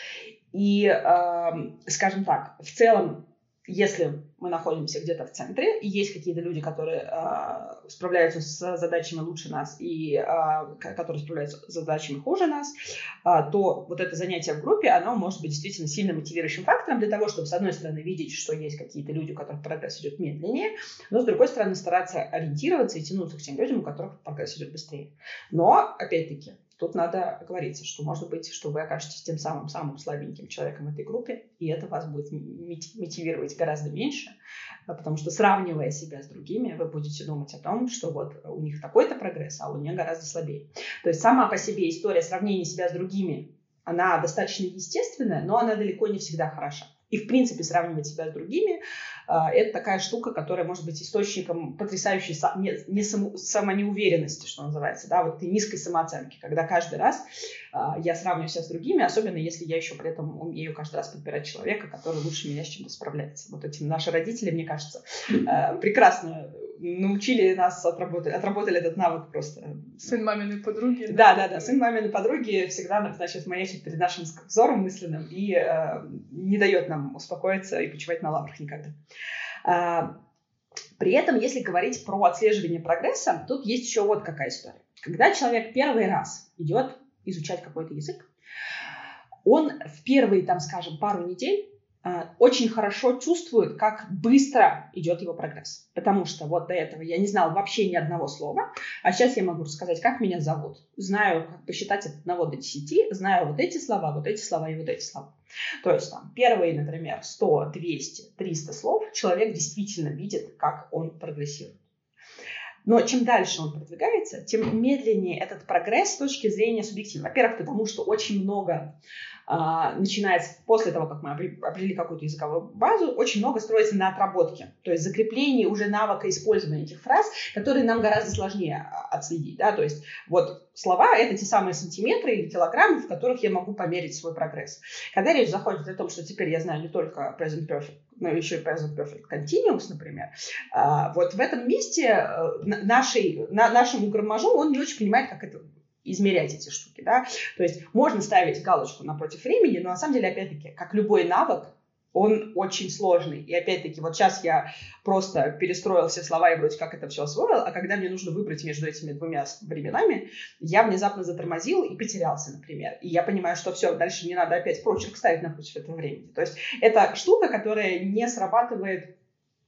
И, э, скажем так, в целом, если мы находимся где-то в центре, и есть какие-то люди, которые э, справляются с задачами лучше нас, и э, которые справляются с задачами хуже нас, э, то вот это занятие в группе, оно может быть действительно сильно мотивирующим фактором для того, чтобы, с одной стороны, видеть, что есть какие-то люди, у которых прогресс идет медленнее, но, с другой стороны, стараться ориентироваться и тянуться к тем людям, у которых прогресс идет быстрее. Но, опять-таки, тут надо оговориться, что может быть, что вы окажетесь тем самым-самым слабеньким человеком в этой группе, и это вас будет мотивировать гораздо меньше, потому что, сравнивая себя с другими, вы будете думать о том, что вот у них такой-то прогресс, а у меня гораздо слабее. То есть сама по себе история сравнения себя с другими, она достаточно естественная, но она далеко не всегда хороша. И, в принципе, сравнивать себя с другими – это такая штука, которая может быть источником потрясающей са- не, не само, самонеуверенности, что называется, да, вот этой низкой самооценки, когда каждый раз а, я сравниваю себя с другими, особенно если я еще при этом умею каждый раз подбирать человека, который лучше меня с чем-то справляется. Вот эти наши родители, мне кажется, а, прекрасно научили нас, отработали, отработали этот навык просто. Сын маминой подруги. Да, да, да, сын маминой подруги всегда, значит, маячит перед нашим взором мысленным и э, не дает нам успокоиться и почивать на лаврах никогда. А, при этом, если говорить про отслеживание прогресса, тут есть еще вот какая история. Когда человек первый раз идет изучать какой-то язык, он в первые, там, скажем, пару недель очень хорошо чувствует, как быстро идет его прогресс. Потому что вот до этого я не знала вообще ни одного слова, а сейчас я могу рассказать, как меня зовут. Знаю, как посчитать от одного до десяти, знаю вот эти слова, вот эти слова и вот эти слова. То есть там первые, например, сто, двести, триста слов человек действительно видит, как он прогрессирует. Но чем дальше он продвигается, тем медленнее этот прогресс с точки зрения субъективного. Во-первых, потому что очень много а, начинается после того, как мы определили какую-то языковую базу, очень много строится на отработке, то есть закреплении уже навыка использования этих фраз, которые нам гораздо сложнее отследить. Да? То есть вот слова — это те самые сантиметры или килограммы, в которых я могу померить свой прогресс. Когда речь заходит о том, что теперь я знаю не только present perfect, но еще и present perfect continuous, например, вот в этом месте нашей, на, нашему граммажу он не очень понимает, как это измерять эти штуки, да, то есть можно ставить галочку напротив времени, но на самом деле, опять-таки, как любой навык, он очень сложный, и опять-таки, вот сейчас я просто перестроил все слова и вроде как это все освоил, а когда мне нужно выбрать между этими двумя временами, я внезапно затормозил и потерялся, например, и я понимаю, что все, дальше не надо опять прочерк ставить напротив этого времени, то есть это штука, которая не срабатывает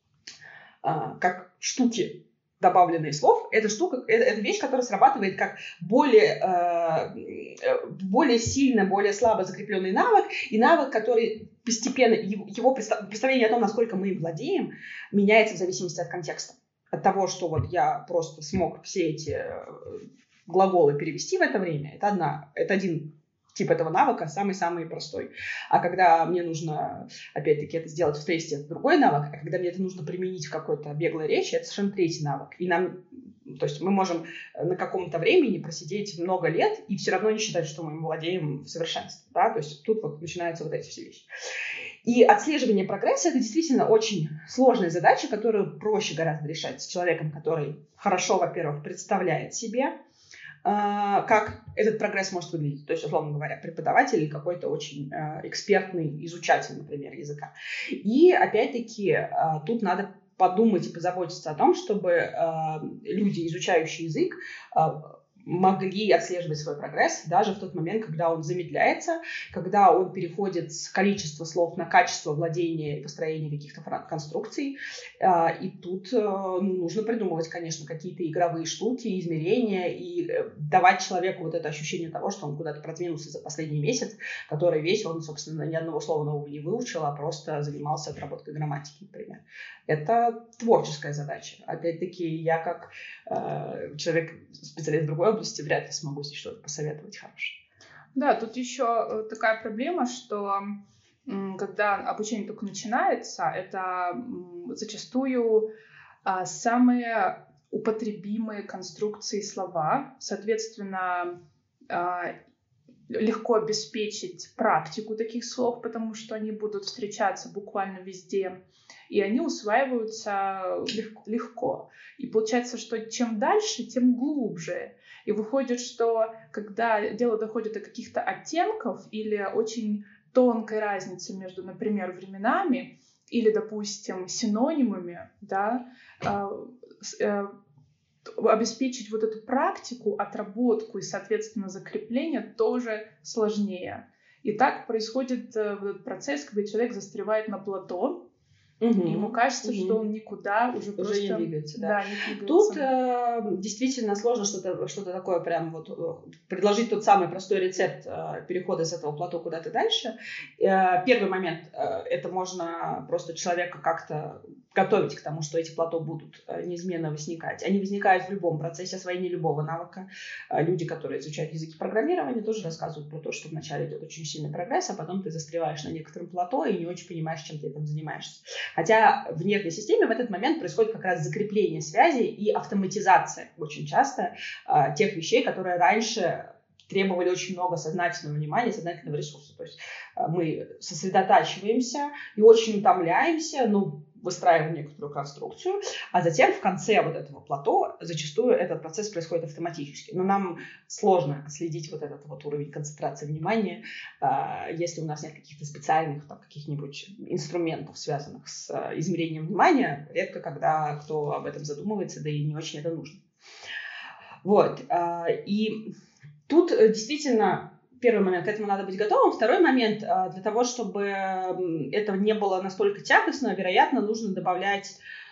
а, как штуки, добавленные слов, это штука, это, это вещь, которая срабатывает как более, э, более сильно, более слабо закрепленный навык, и навык, который постепенно, его представление о том, насколько мы им владеем, меняется в зависимости от контекста. От того, что вот я просто смог все эти глаголы перевести в это время, это, одна, это один тип этого навыка, самый-самый простой. А когда мне нужно, опять-таки, это сделать в тесте, это другой навык, а когда мне это нужно применить в какой-то беглой речи, это совершенно третий навык. И нам, то есть мы можем на каком-то времени просидеть много лет и все равно не считать, что мы им владеем в совершенстве. Да? То есть тут вот начинаются вот эти все вещи. И отслеживание прогресса — это действительно очень сложная задача, которую проще гораздо решать с человеком, который хорошо, во-первых, представляет себе, как этот прогресс может выглядеть. То есть, условно говоря, преподаватель или какой-то очень экспертный изучатель, например, языка. И, опять-таки, тут надо подумать и позаботиться о том, чтобы люди, изучающие язык, могли отслеживать свой прогресс даже в тот момент, когда он замедляется, когда он переходит с количества слов на качество владения и построения каких-то конструкций. И тут нужно придумывать, конечно, какие-то игровые штуки, измерения и давать человеку вот это ощущение того, что он куда-то продвинулся за последний месяц, который весь он, собственно, ни одного слова нового не выучил, а просто занимался отработкой грамматики, например. Это творческая задача. Опять-таки, я как э, человек, специалист в другой области, подробности вряд ли смогу здесь что-то посоветовать хорошее. Да, тут еще такая проблема, что когда обучение только начинается, это зачастую самые употребимые конструкции слова, соответственно, легко обеспечить практику таких слов, потому что они будут встречаться буквально везде, и они усваиваются легко. И получается, что чем дальше, тем глубже. И выходит, что когда дело доходит до каких-то оттенков или очень тонкой разницы между, например, временами или, допустим, синонимами, да, обеспечить вот эту практику, отработку и, соответственно, закрепление тоже сложнее. И так происходит этот процесс, когда человек застревает на плато, Угу. Ему кажется, угу. что он никуда уже, уже просто... не двигается. Да. Да, не двигается. Тут э, действительно сложно что-то, что-то такое прям вот предложить тот самый простой рецепт э, перехода с этого плато куда-то дальше. Э, первый момент э, это можно просто человека как-то готовить к тому, что эти плато будут э, неизменно возникать. Они возникают в любом процессе освоения любого навыка. Э, люди, которые изучают языки программирования, тоже рассказывают про то, что вначале идет очень сильный прогресс, а потом ты застреваешь на некотором плато и не очень понимаешь, чем ты этим занимаешься. Хотя в нервной системе в этот момент происходит как раз закрепление связи и автоматизация очень часто э, тех вещей, которые раньше требовали очень много сознательного внимания, сознательного ресурса. То есть э, мы сосредотачиваемся и очень утомляемся, ну, выстраиваем некоторую конструкцию, а затем в конце вот этого плато зачастую этот процесс происходит автоматически. Но нам сложно следить вот этот вот уровень концентрации внимания, если у нас нет каких-то специальных там, каких-нибудь инструментов, связанных с измерением внимания. Редко когда кто об этом задумывается, да и не очень это нужно. Вот. И тут действительно... Первый момент, к этому надо быть готовым. Второй момент, для того, чтобы это не было настолько тягостно, вероятно, нужно добавлять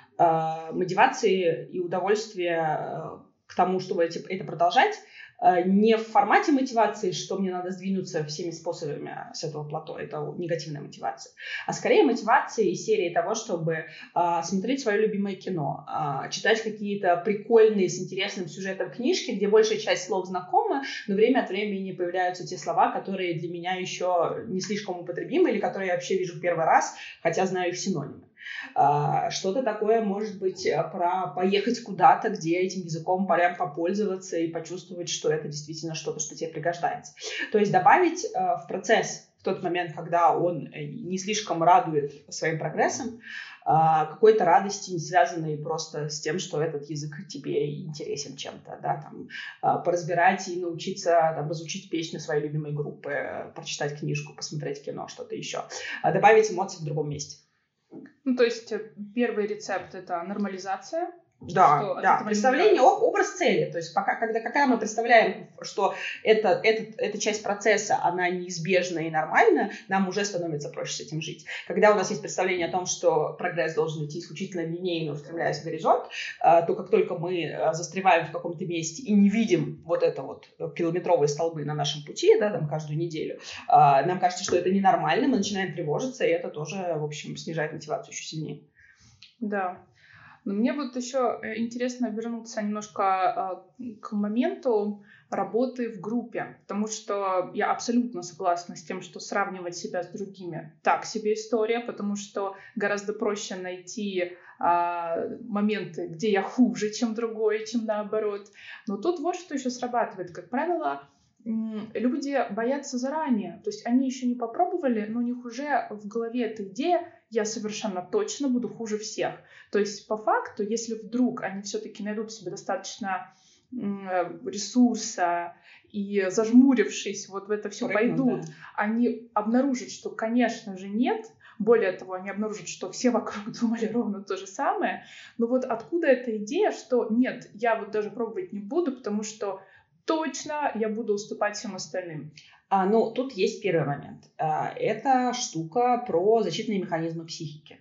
мотивации и удовольствия к тому, чтобы это продолжать. Не в формате мотивации, что мне надо сдвинуться всеми способами с этого плато, это негативная мотивация, а скорее мотивация из серии того, чтобы а, смотреть свое любимое кино, а, читать какие-то прикольные с интересным сюжетом книжки, где большая часть слов знакома, но время от времени появляются те слова, которые для меня еще не слишком употребимы или которые я вообще вижу в первый раз, хотя знаю их синонимы. Что-то такое может быть про поехать куда-то, где этим языком прям попользоваться и почувствовать, что это действительно что-то, что тебе пригождается. То есть добавить в процесс в тот момент, когда он не слишком радует своим прогрессом, какой-то радости, не связанной просто с тем, что этот язык тебе интересен чем-то, да, там, поразбирать и научиться там, разучить песню своей любимой группы, прочитать книжку, посмотреть кино, что-то еще. Добавить эмоции в другом месте. Ну, то есть первый рецепт — это нормализация. Да, да. Представление, образ цели. То есть пока, когда, когда мы представляем, что это, это, эта часть процесса, она неизбежна и нормальна, нам уже становится проще с этим жить. Когда у нас есть представление о том, что прогресс должен идти исключительно линейно, устремляясь в горизонт, то как только мы застреваем в каком-то месте и не видим вот это вот километровые столбы на нашем пути, да, там каждую неделю, нам кажется, что это ненормально, мы начинаем тревожиться, и это тоже, в общем, снижает мотивацию еще сильнее. Да. Но мне вот еще интересно вернуться немножко к моменту работы в группе, потому что я абсолютно согласна с тем, что сравнивать себя с другими так себе история, потому что гораздо проще найти а, моменты, где я хуже, чем другой, чем наоборот. Но тут вот что еще срабатывает. Как правило, люди боятся заранее, то есть они еще не попробовали, но у них уже в голове эта идея: я совершенно точно буду хуже всех. То есть по факту, если вдруг они все-таки найдут в себе достаточно ресурса и, зажмурившись, вот в это все Прыгну, пойдут, да. они обнаружат, что, конечно же, нет. Более того, они обнаружат, что все вокруг думали ровно то же самое. Но вот откуда эта идея, что нет, я вот даже пробовать не буду, потому что точно я буду уступать всем остальным. А, ну, тут есть первый момент. А, это штука про защитные механизмы психики.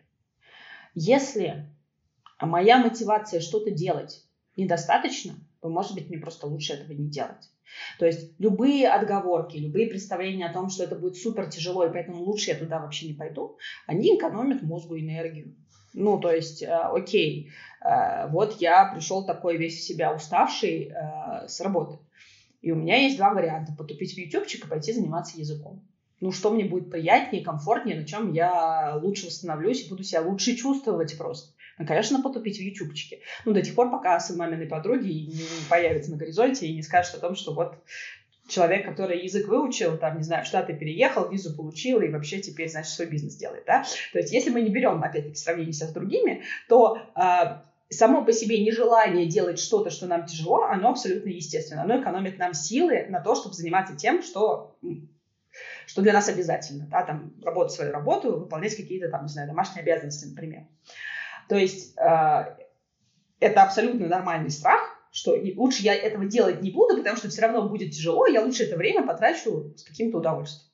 Если моя мотивация что-то делать недостаточно, то, может быть, мне просто лучше этого не делать. То есть любые отговорки, любые представления о том, что это будет супер тяжело, и поэтому лучше я туда вообще не пойду, они экономят мозгу энергию. Ну, то есть, э, окей, э, вот я пришел такой весь в себя уставший э, с работы. И у меня есть два варианта. Потупить в ютубчик и пойти заниматься языком. Ну, что мне будет приятнее, комфортнее, на чем я лучше восстановлюсь и буду себя лучше чувствовать просто. Ну, конечно, потупить в ютубчике. Ну, до тех пор, пока сын маминой подруги не появится на горизонте и не скажет о том, что вот человек, который язык выучил, там, не знаю, в Штаты переехал, визу получил и вообще теперь, значит, свой бизнес делает, да. То есть, если мы не берем, опять-таки, сравнение себя с другими, то э, само по себе нежелание делать что-то, что нам тяжело, оно абсолютно естественно. Оно экономит нам силы на то, чтобы заниматься тем, что... что для нас обязательно, да, там, работать свою работу, выполнять какие-то, там, не знаю, домашние обязанности, например. То есть э, это абсолютно нормальный страх, что лучше я этого делать не буду, потому что все равно будет тяжело, я лучше это время потрачу с каким-то удовольствием.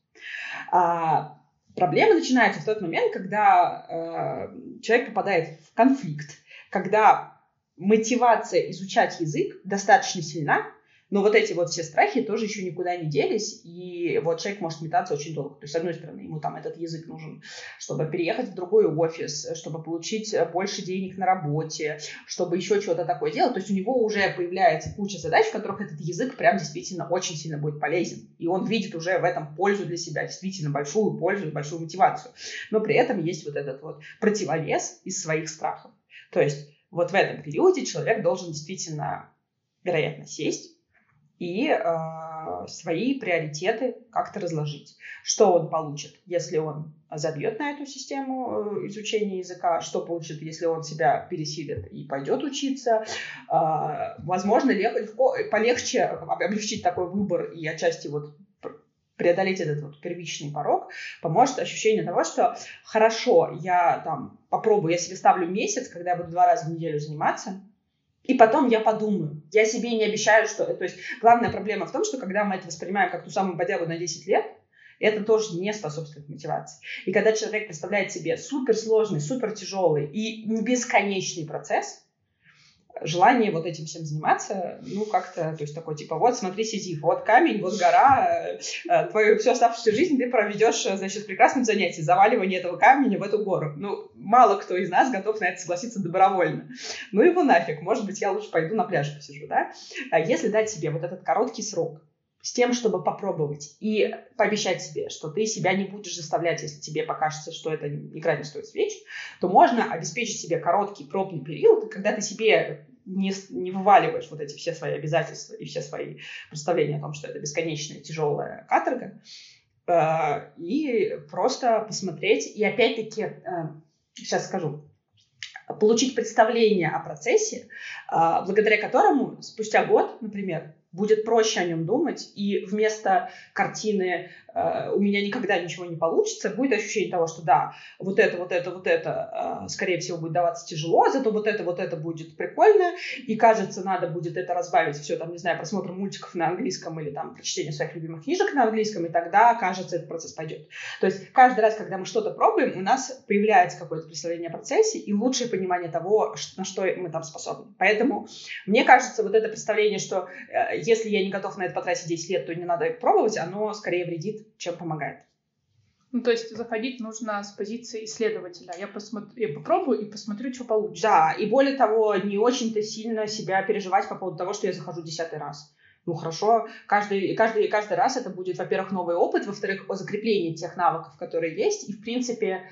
А проблема начинается в тот момент, когда э, человек попадает в конфликт, когда мотивация изучать язык достаточно сильна, но вот эти вот все страхи тоже еще никуда не делись, и вот человек может метаться очень долго. То есть, с одной стороны, ему там этот язык нужен, чтобы переехать в другой офис, чтобы получить больше денег на работе, чтобы еще что-то такое делать. То есть у него уже появляется куча задач, в которых этот язык прям действительно очень сильно будет полезен. И он видит уже в этом пользу для себя, действительно большую пользу и большую мотивацию. Но при этом есть вот этот вот противовес из своих страхов. То есть вот в этом периоде человек должен действительно, вероятно, сесть, и э, свои приоритеты как-то разложить. Что он получит, если он забьет на эту систему э, изучения языка, что получит, если он себя пересилит и пойдет учиться. Э, возможно, легко, полегче облегчить такой выбор и отчасти вот преодолеть этот вот первичный порог, поможет ощущение того, что хорошо, я там попробую, я себе ставлю месяц, когда я буду два раза в неделю заниматься, и потом я подумаю. Я себе не обещаю, что... То есть главная проблема в том, что когда мы это воспринимаем как ту самую бодягу на десять лет, это тоже не способствует мотивации. И когда человек представляет себе суперсложный, супертяжелый и бесконечный процесс, желание вот этим всем заниматься, ну, как-то, то есть такой, типа, вот, смотри, Сизиф, вот камень, вот гора, твою всю оставшуюся жизнь ты проведешь, значит, в прекрасном занятии, заваливание этого камня в эту гору. Ну, мало кто из нас готов на это согласиться добровольно. Ну, его нафиг, может быть, я лучше пойду на пляж посижу, да? А если дать себе вот этот короткий срок, с тем, чтобы попробовать и пообещать себе, что ты себя не будешь заставлять, если тебе покажется, что это игра не стоит свеч, то можно обеспечить себе короткий пробный период, когда ты себе не, не вываливаешь вот эти все свои обязательства и все свои представления о том, что это бесконечная тяжелая каторга, э, и просто посмотреть, и опять-таки, э, сейчас скажу, получить представление о процессе, э, благодаря которому спустя год, например, будет проще о нем думать, и вместо картины э, «у меня никогда ничего не получится» будет ощущение того, что да, вот это, вот это, вот это, э, скорее всего, будет даваться тяжело, зато вот это, вот это будет прикольно, и, кажется, надо будет это разбавить все, там, не знаю, просмотром мультиков на английском или там прочтение своих любимых книжек на английском, и тогда, кажется, этот процесс пойдет. То есть каждый раз, когда мы что-то пробуем, у нас появляется какое-то представление о процессе и лучшее понимание того, на что мы там способны. Поэтому мне кажется, вот это представление, что э, если я не готов на это потратить десять лет, то не надо пробовать, оно скорее вредит, чем помогает. Ну, то есть заходить нужно с позиции исследователя. Я, посмотрю, я попробую и посмотрю, что получится. Да, и более того, не очень-то сильно себя переживать по поводу того, что я захожу десятый раз. Ну, хорошо, каждый, каждый, каждый раз это будет, во-первых, новый опыт, во-вторых, закрепление тех навыков, которые есть. И, в принципе,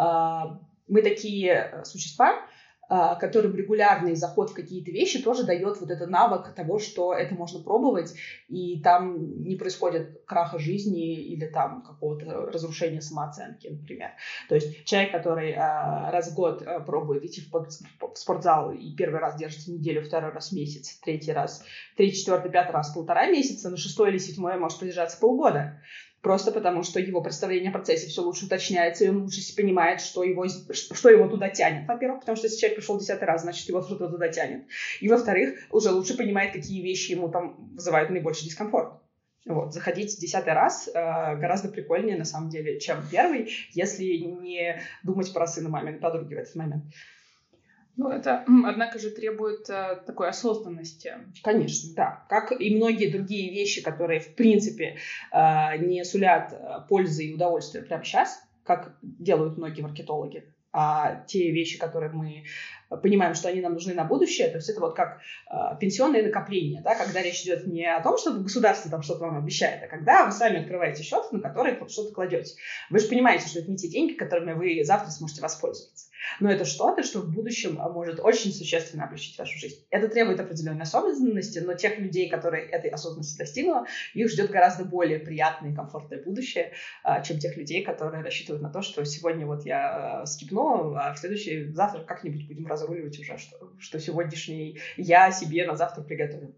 мы такие существа, которым регулярный заход в какие-то вещи тоже дает вот этот навык того, что это можно пробовать, и там не происходит краха жизни или там какого-то разрушения самооценки, например. То есть человек, который а, раз в год а, пробует идти в, под, в спортзал и первый раз держится неделю, второй раз месяц, третий раз, третий, четвертый, пятый раз полтора месяца, на шестой или седьмой может продержаться полгода. Просто потому, что его представление о процессе все лучше уточняется, и он лучше понимает, что его, что его туда тянет. Во-первых, потому что если человек пришел десятый раз, значит, его что-то туда тянет. И, во-вторых, уже лучше понимает, какие вещи ему там вызывают наибольший дискомфорт. Вот. Заходить десятый раз э, гораздо прикольнее, на самом деле, чем первый, если не думать про сына маминой подруги в этот момент. Ну, это, однако же, требует э, такой осознанности. Конечно, да. Как и многие другие вещи, которые, в принципе, э, не сулят пользы и удовольствия прямо сейчас, как делают многие маркетологи. А те вещи, которые мы понимаем, что они нам нужны на будущее. То есть это вот как э, пенсионные накопления, да, когда речь идет не о том, что государство там что-то вам обещает, а когда вы сами открываете счет, на который что-то кладете. Вы же понимаете, что это не те деньги, которыми вы завтра сможете воспользоваться. Но это что-то, что в будущем может очень существенно облегчить вашу жизнь. Это требует определенной осознанности, но тех людей, которые этой осознанности достигнули, их ждет гораздо более приятное и комфортное будущее, чем тех людей, которые рассчитывают на то, что сегодня вот я скипну, а в следующий завтра как-нибудь будем разруливать уже, что, что сегодняшний я себе на завтра приготовил.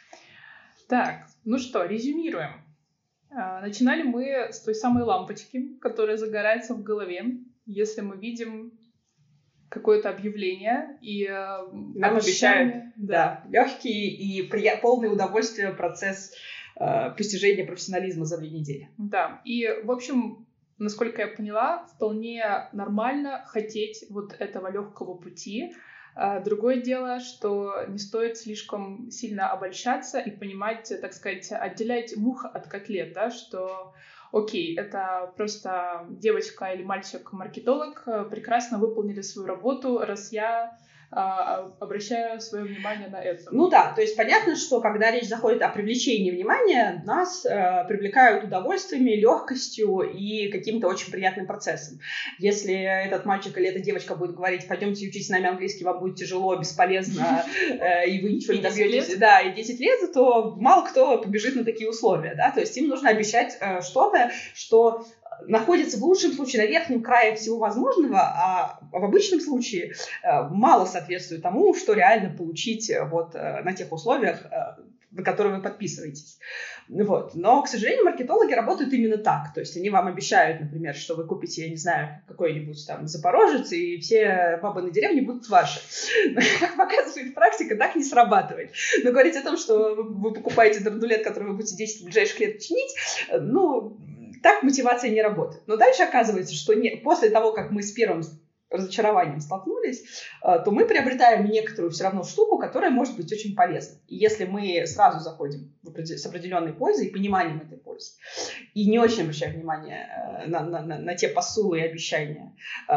Так, ну что, резюмируем. Начинали мы с той самой лампочки, которая загорается в голове, если мы видим какое-то объявление и нам обещают да. Да, легкий и прия- полный удовольствия процесс э, постижения профессионализма за две недели. Да, и, в общем, насколько я поняла, вполне нормально хотеть вот этого легкого пути. А другое дело, что не стоит слишком сильно обольщаться и понимать, так сказать, отделять мух от котлет, да, что окей, это просто девочка или мальчик-маркетолог прекрасно выполнили свою работу, раз я а, обращаю свое внимание на это. Ну да, то есть понятно, что когда речь заходит о привлечении внимания, нас э, привлекают удовольствиями, легкостью и каким-то очень приятным процессом. Если этот мальчик или эта девочка будет говорить, пойдемте учить с нами английский, вам будет тяжело, бесполезно, э, и вы ничего не добьетесь, да, и десять лет, то мало кто побежит на такие условия, да, то есть им нужно обещать э, что-то, что находится в лучшем случае на верхнем крае всего возможного, а в обычном случае э, мало соответствует тому, что реально получить вот э, на тех условиях, э, на которые вы подписываетесь. Вот. Но, к сожалению, маркетологи работают именно так. То есть они вам обещают, например, что вы купите, я не знаю, какой-нибудь там Запорожец, и все бабы на деревне будут ваши. Но, как показывает практика, так не срабатывает. Но говорить о том, что вы покупаете драндулет, который вы будете десять ближайших лет чинить, ну, так мотивация не работает. Но дальше оказывается, что не, после того, как мы с первым разочарованием столкнулись, то мы приобретаем некоторую все равно штуку, которая может быть очень полезна. И если мы сразу заходим с определенной пользой и пониманием этой пользы, и не очень обращаем внимание на, на, на, на те посулы и обещания,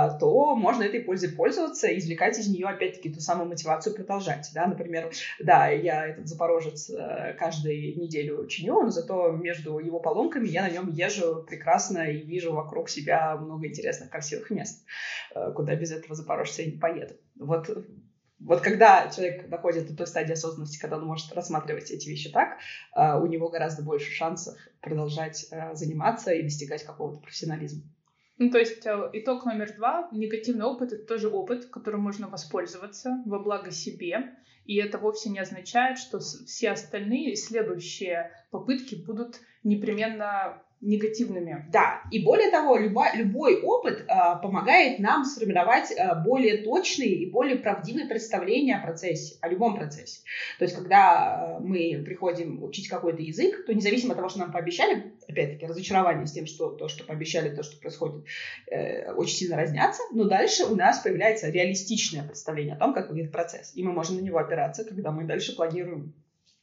то можно этой пользой пользоваться и извлекать из нее, опять-таки, ту самую мотивацию продолжать. Да? Например, да, я этот Запорожец каждую неделю чиню, но зато между его поломками я на нем езжу прекрасно и вижу вокруг себя много интересных, красивых мест, куда без этого запорожца я не поеду. Вот, вот когда человек доходит до той стадии осознанности, когда он может рассматривать эти вещи так, у него гораздо больше шансов продолжать заниматься и достигать какого-то профессионализма. Ну, то есть итог номер два. Негативный опыт — это тоже опыт, которым можно воспользоваться во благо себе. И это вовсе не означает, что все остальные следующие попытки будут непременно негативными. Да, и более того, любой, любой опыт а, помогает нам сформировать а, более точные и более правдивые представления о процессе, о любом процессе. То есть, когда а, мы приходим учить какой-то язык, то независимо от того, что нам пообещали, опять-таки, разочарование с тем, что то, что пообещали, то, что происходит, э, очень сильно разнятся, но дальше у нас появляется реалистичное представление о том, как выглядит процесс, и мы можем на него опираться, когда мы дальше планируем,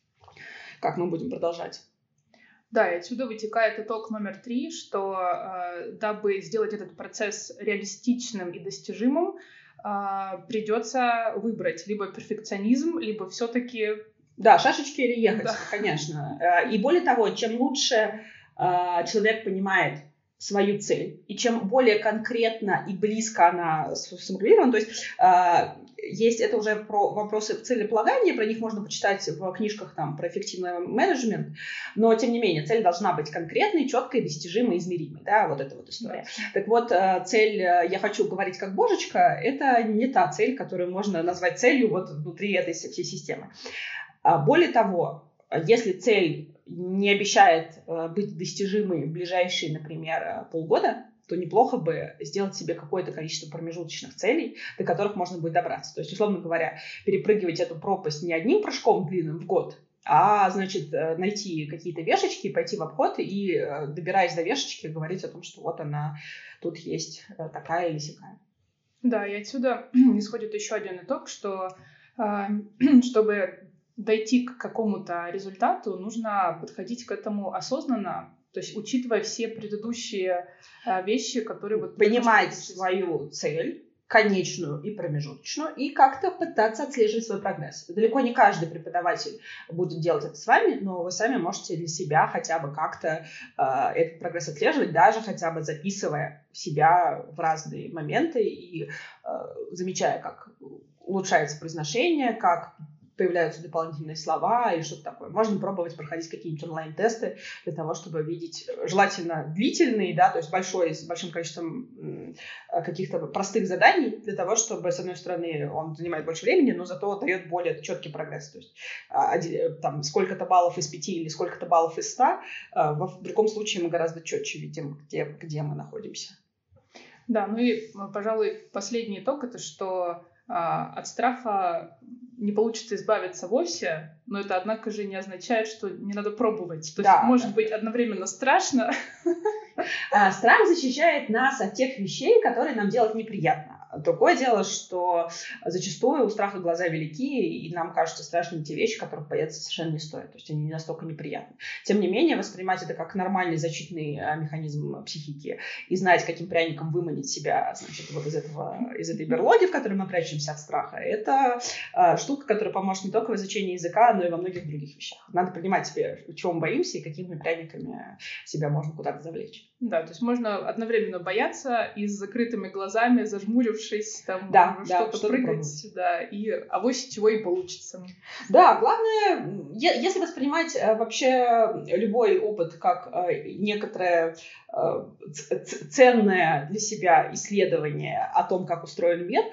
как мы будем продолжать. Да, и отсюда вытекает итог номер три, что э, дабы сделать этот процесс реалистичным и достижимым, э, придется выбрать либо перфекционизм, либо все-таки... Да, шашечки или ехать, да. Конечно. И более того, чем лучше э, человек понимает свою цель, и чем более конкретно и близко она сформулирована, то есть э, есть это уже про вопросы целеполагания, про них можно почитать в книжках там, про эффективный менеджмент, но тем не менее цель должна быть конкретной, четкой, достижимой, измеримой, да, вот эта вот история. Да. Так вот, э, цель «я хочу говорить как божечка» — это не та цель, которую можно назвать целью вот внутри этой всей системы. А более того, если цель не обещает э, быть достижимой в ближайшие, например, полгода, то неплохо бы сделать себе какое-то количество промежуточных целей, до которых можно будет добраться. То есть, условно говоря, перепрыгивать эту пропасть не одним прыжком длинным в год, а, значит, найти какие-то вешечки, пойти в обход и, добираясь до вешечки, говорить о том, что вот она, тут есть такая или сякая. Да, и отсюда исходит еще один итог, что чтобы дойти к какому-то результату, нужно подходить к этому осознанно, то есть учитывая все предыдущие вещи, которые... Вот понимать свою цель, конечную и промежуточную, и как-то пытаться отслеживать свой прогресс. Далеко не каждый преподаватель будет делать это с вами, но вы сами можете для себя хотя бы как-то э, этот прогресс отслеживать, даже хотя бы записывая себя в разные моменты и э, замечая, как улучшается произношение, как появляются дополнительные слова или что-то такое. Можно пробовать проходить какие-нибудь онлайн-тесты для того, чтобы видеть, желательно длительные, да, то есть большой, с большим количеством каких-то простых заданий для того, чтобы, с одной стороны, он занимает больше времени, но зато дает более четкий прогресс. То есть там сколько-то баллов из пяти или сколько-то баллов из ста, в другом случае мы гораздо четче видим, где, где мы находимся. Да, ну и, пожалуй, последний итог — это что а, от страха не получится избавиться вовсе, но это, однако же, не означает, что не надо пробовать. То да, есть, может да. быть одновременно страшно. А, страх защищает нас от тех вещей, которые нам делать неприятно. Другое дело, что зачастую у страха глаза велики, и нам кажутся страшными те вещи, которых бояться совершенно не стоит. То есть они не настолько неприятны. Тем не менее, воспринимать это как нормальный защитный механизм психики и знать, каким пряником выманить себя, значит, вот из, этого, из этой берлоги, в которой мы прячемся от страха, это штука, которая поможет не только в изучении языка, но и во многих других вещах. Надо понимать себе, чего мы боимся и какими пряниками себя можно куда-то завлечь. Да, то есть можно одновременно бояться и с закрытыми глазами, зажмурившись, там, да, что-то, да, что-то прыгать, да, и авось чего и получится. Да, главное, если воспринимать вообще любой опыт как некоторое ценное для себя исследование о том, как устроен мир,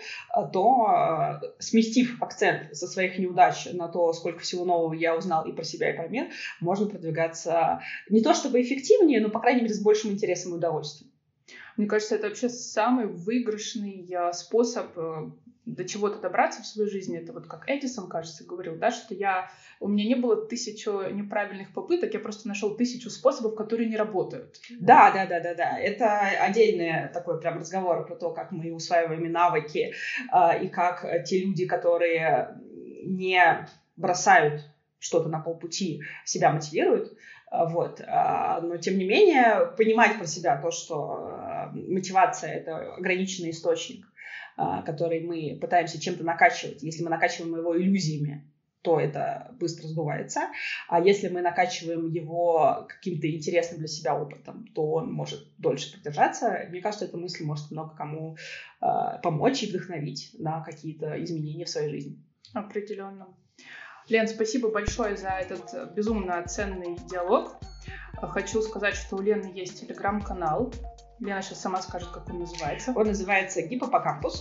то, сместив акцент со своих неудач на то, сколько всего нового я узнал и про себя, и про мир, можно продвигаться не то чтобы эффективнее, но, по крайней мере, с большим интересом и удовольствием. Мне кажется, это вообще самый выигрышный способ до чего-то добраться в своей жизни. Это вот как Эдисон, кажется, говорил, да, что я, у меня не было тысячу неправильных попыток, я просто нашел тысячу способов, которые не работают. Да, да, да, да, да. Это отдельный такой прям разговор про то, как мы усваиваем навыки э, и как те люди, которые не бросают что-то на полпути, себя мотивируют. Вот. Но, тем не менее, понимать про себя то, что мотивация — это ограниченный источник, который мы пытаемся чем-то накачивать. Если мы накачиваем его иллюзиями, то это быстро сдувается. А если мы накачиваем его каким-то интересным для себя опытом, то он может дольше продержаться. Мне кажется, эта мысль может много кому помочь и вдохновить на какие-то изменения в своей жизни. Определенно. Лен, спасибо большое за этот безумно ценный диалог. Хочу сказать, что у Лены есть телеграм-канал. Лена сейчас сама скажет, как он называется. Он называется «Гиппопокампус».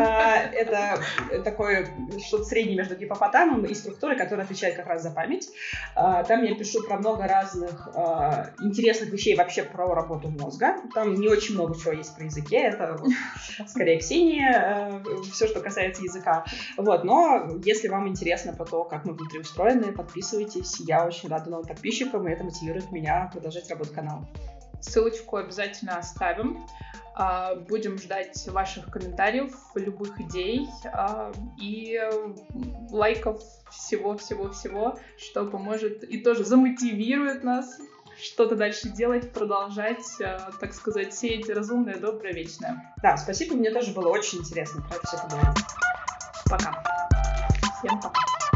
Это такое что-то среднее между гиппопотамом и структурой, которая отвечает как раз за память. Там я пишу про много разных интересных вещей вообще про работу мозга. Там не очень много чего есть про языке. Это скорее Ксения, все, что касается языка. Вот. Но если вам интересно про то, как мы внутри устроены, подписывайтесь. Я очень рада новым подписчикам, и это мотивирует меня продолжать работу канала. Ссылочку обязательно оставим. Будем ждать ваших комментариев, любых идей и лайков, всего-всего-всего, что поможет и тоже замотивирует нас что-то дальше делать, продолжать, так сказать, сеять разумное, доброе, вечное. Да, спасибо, мне тоже было очень интересно про это все поговорить. Пока. Всем пока.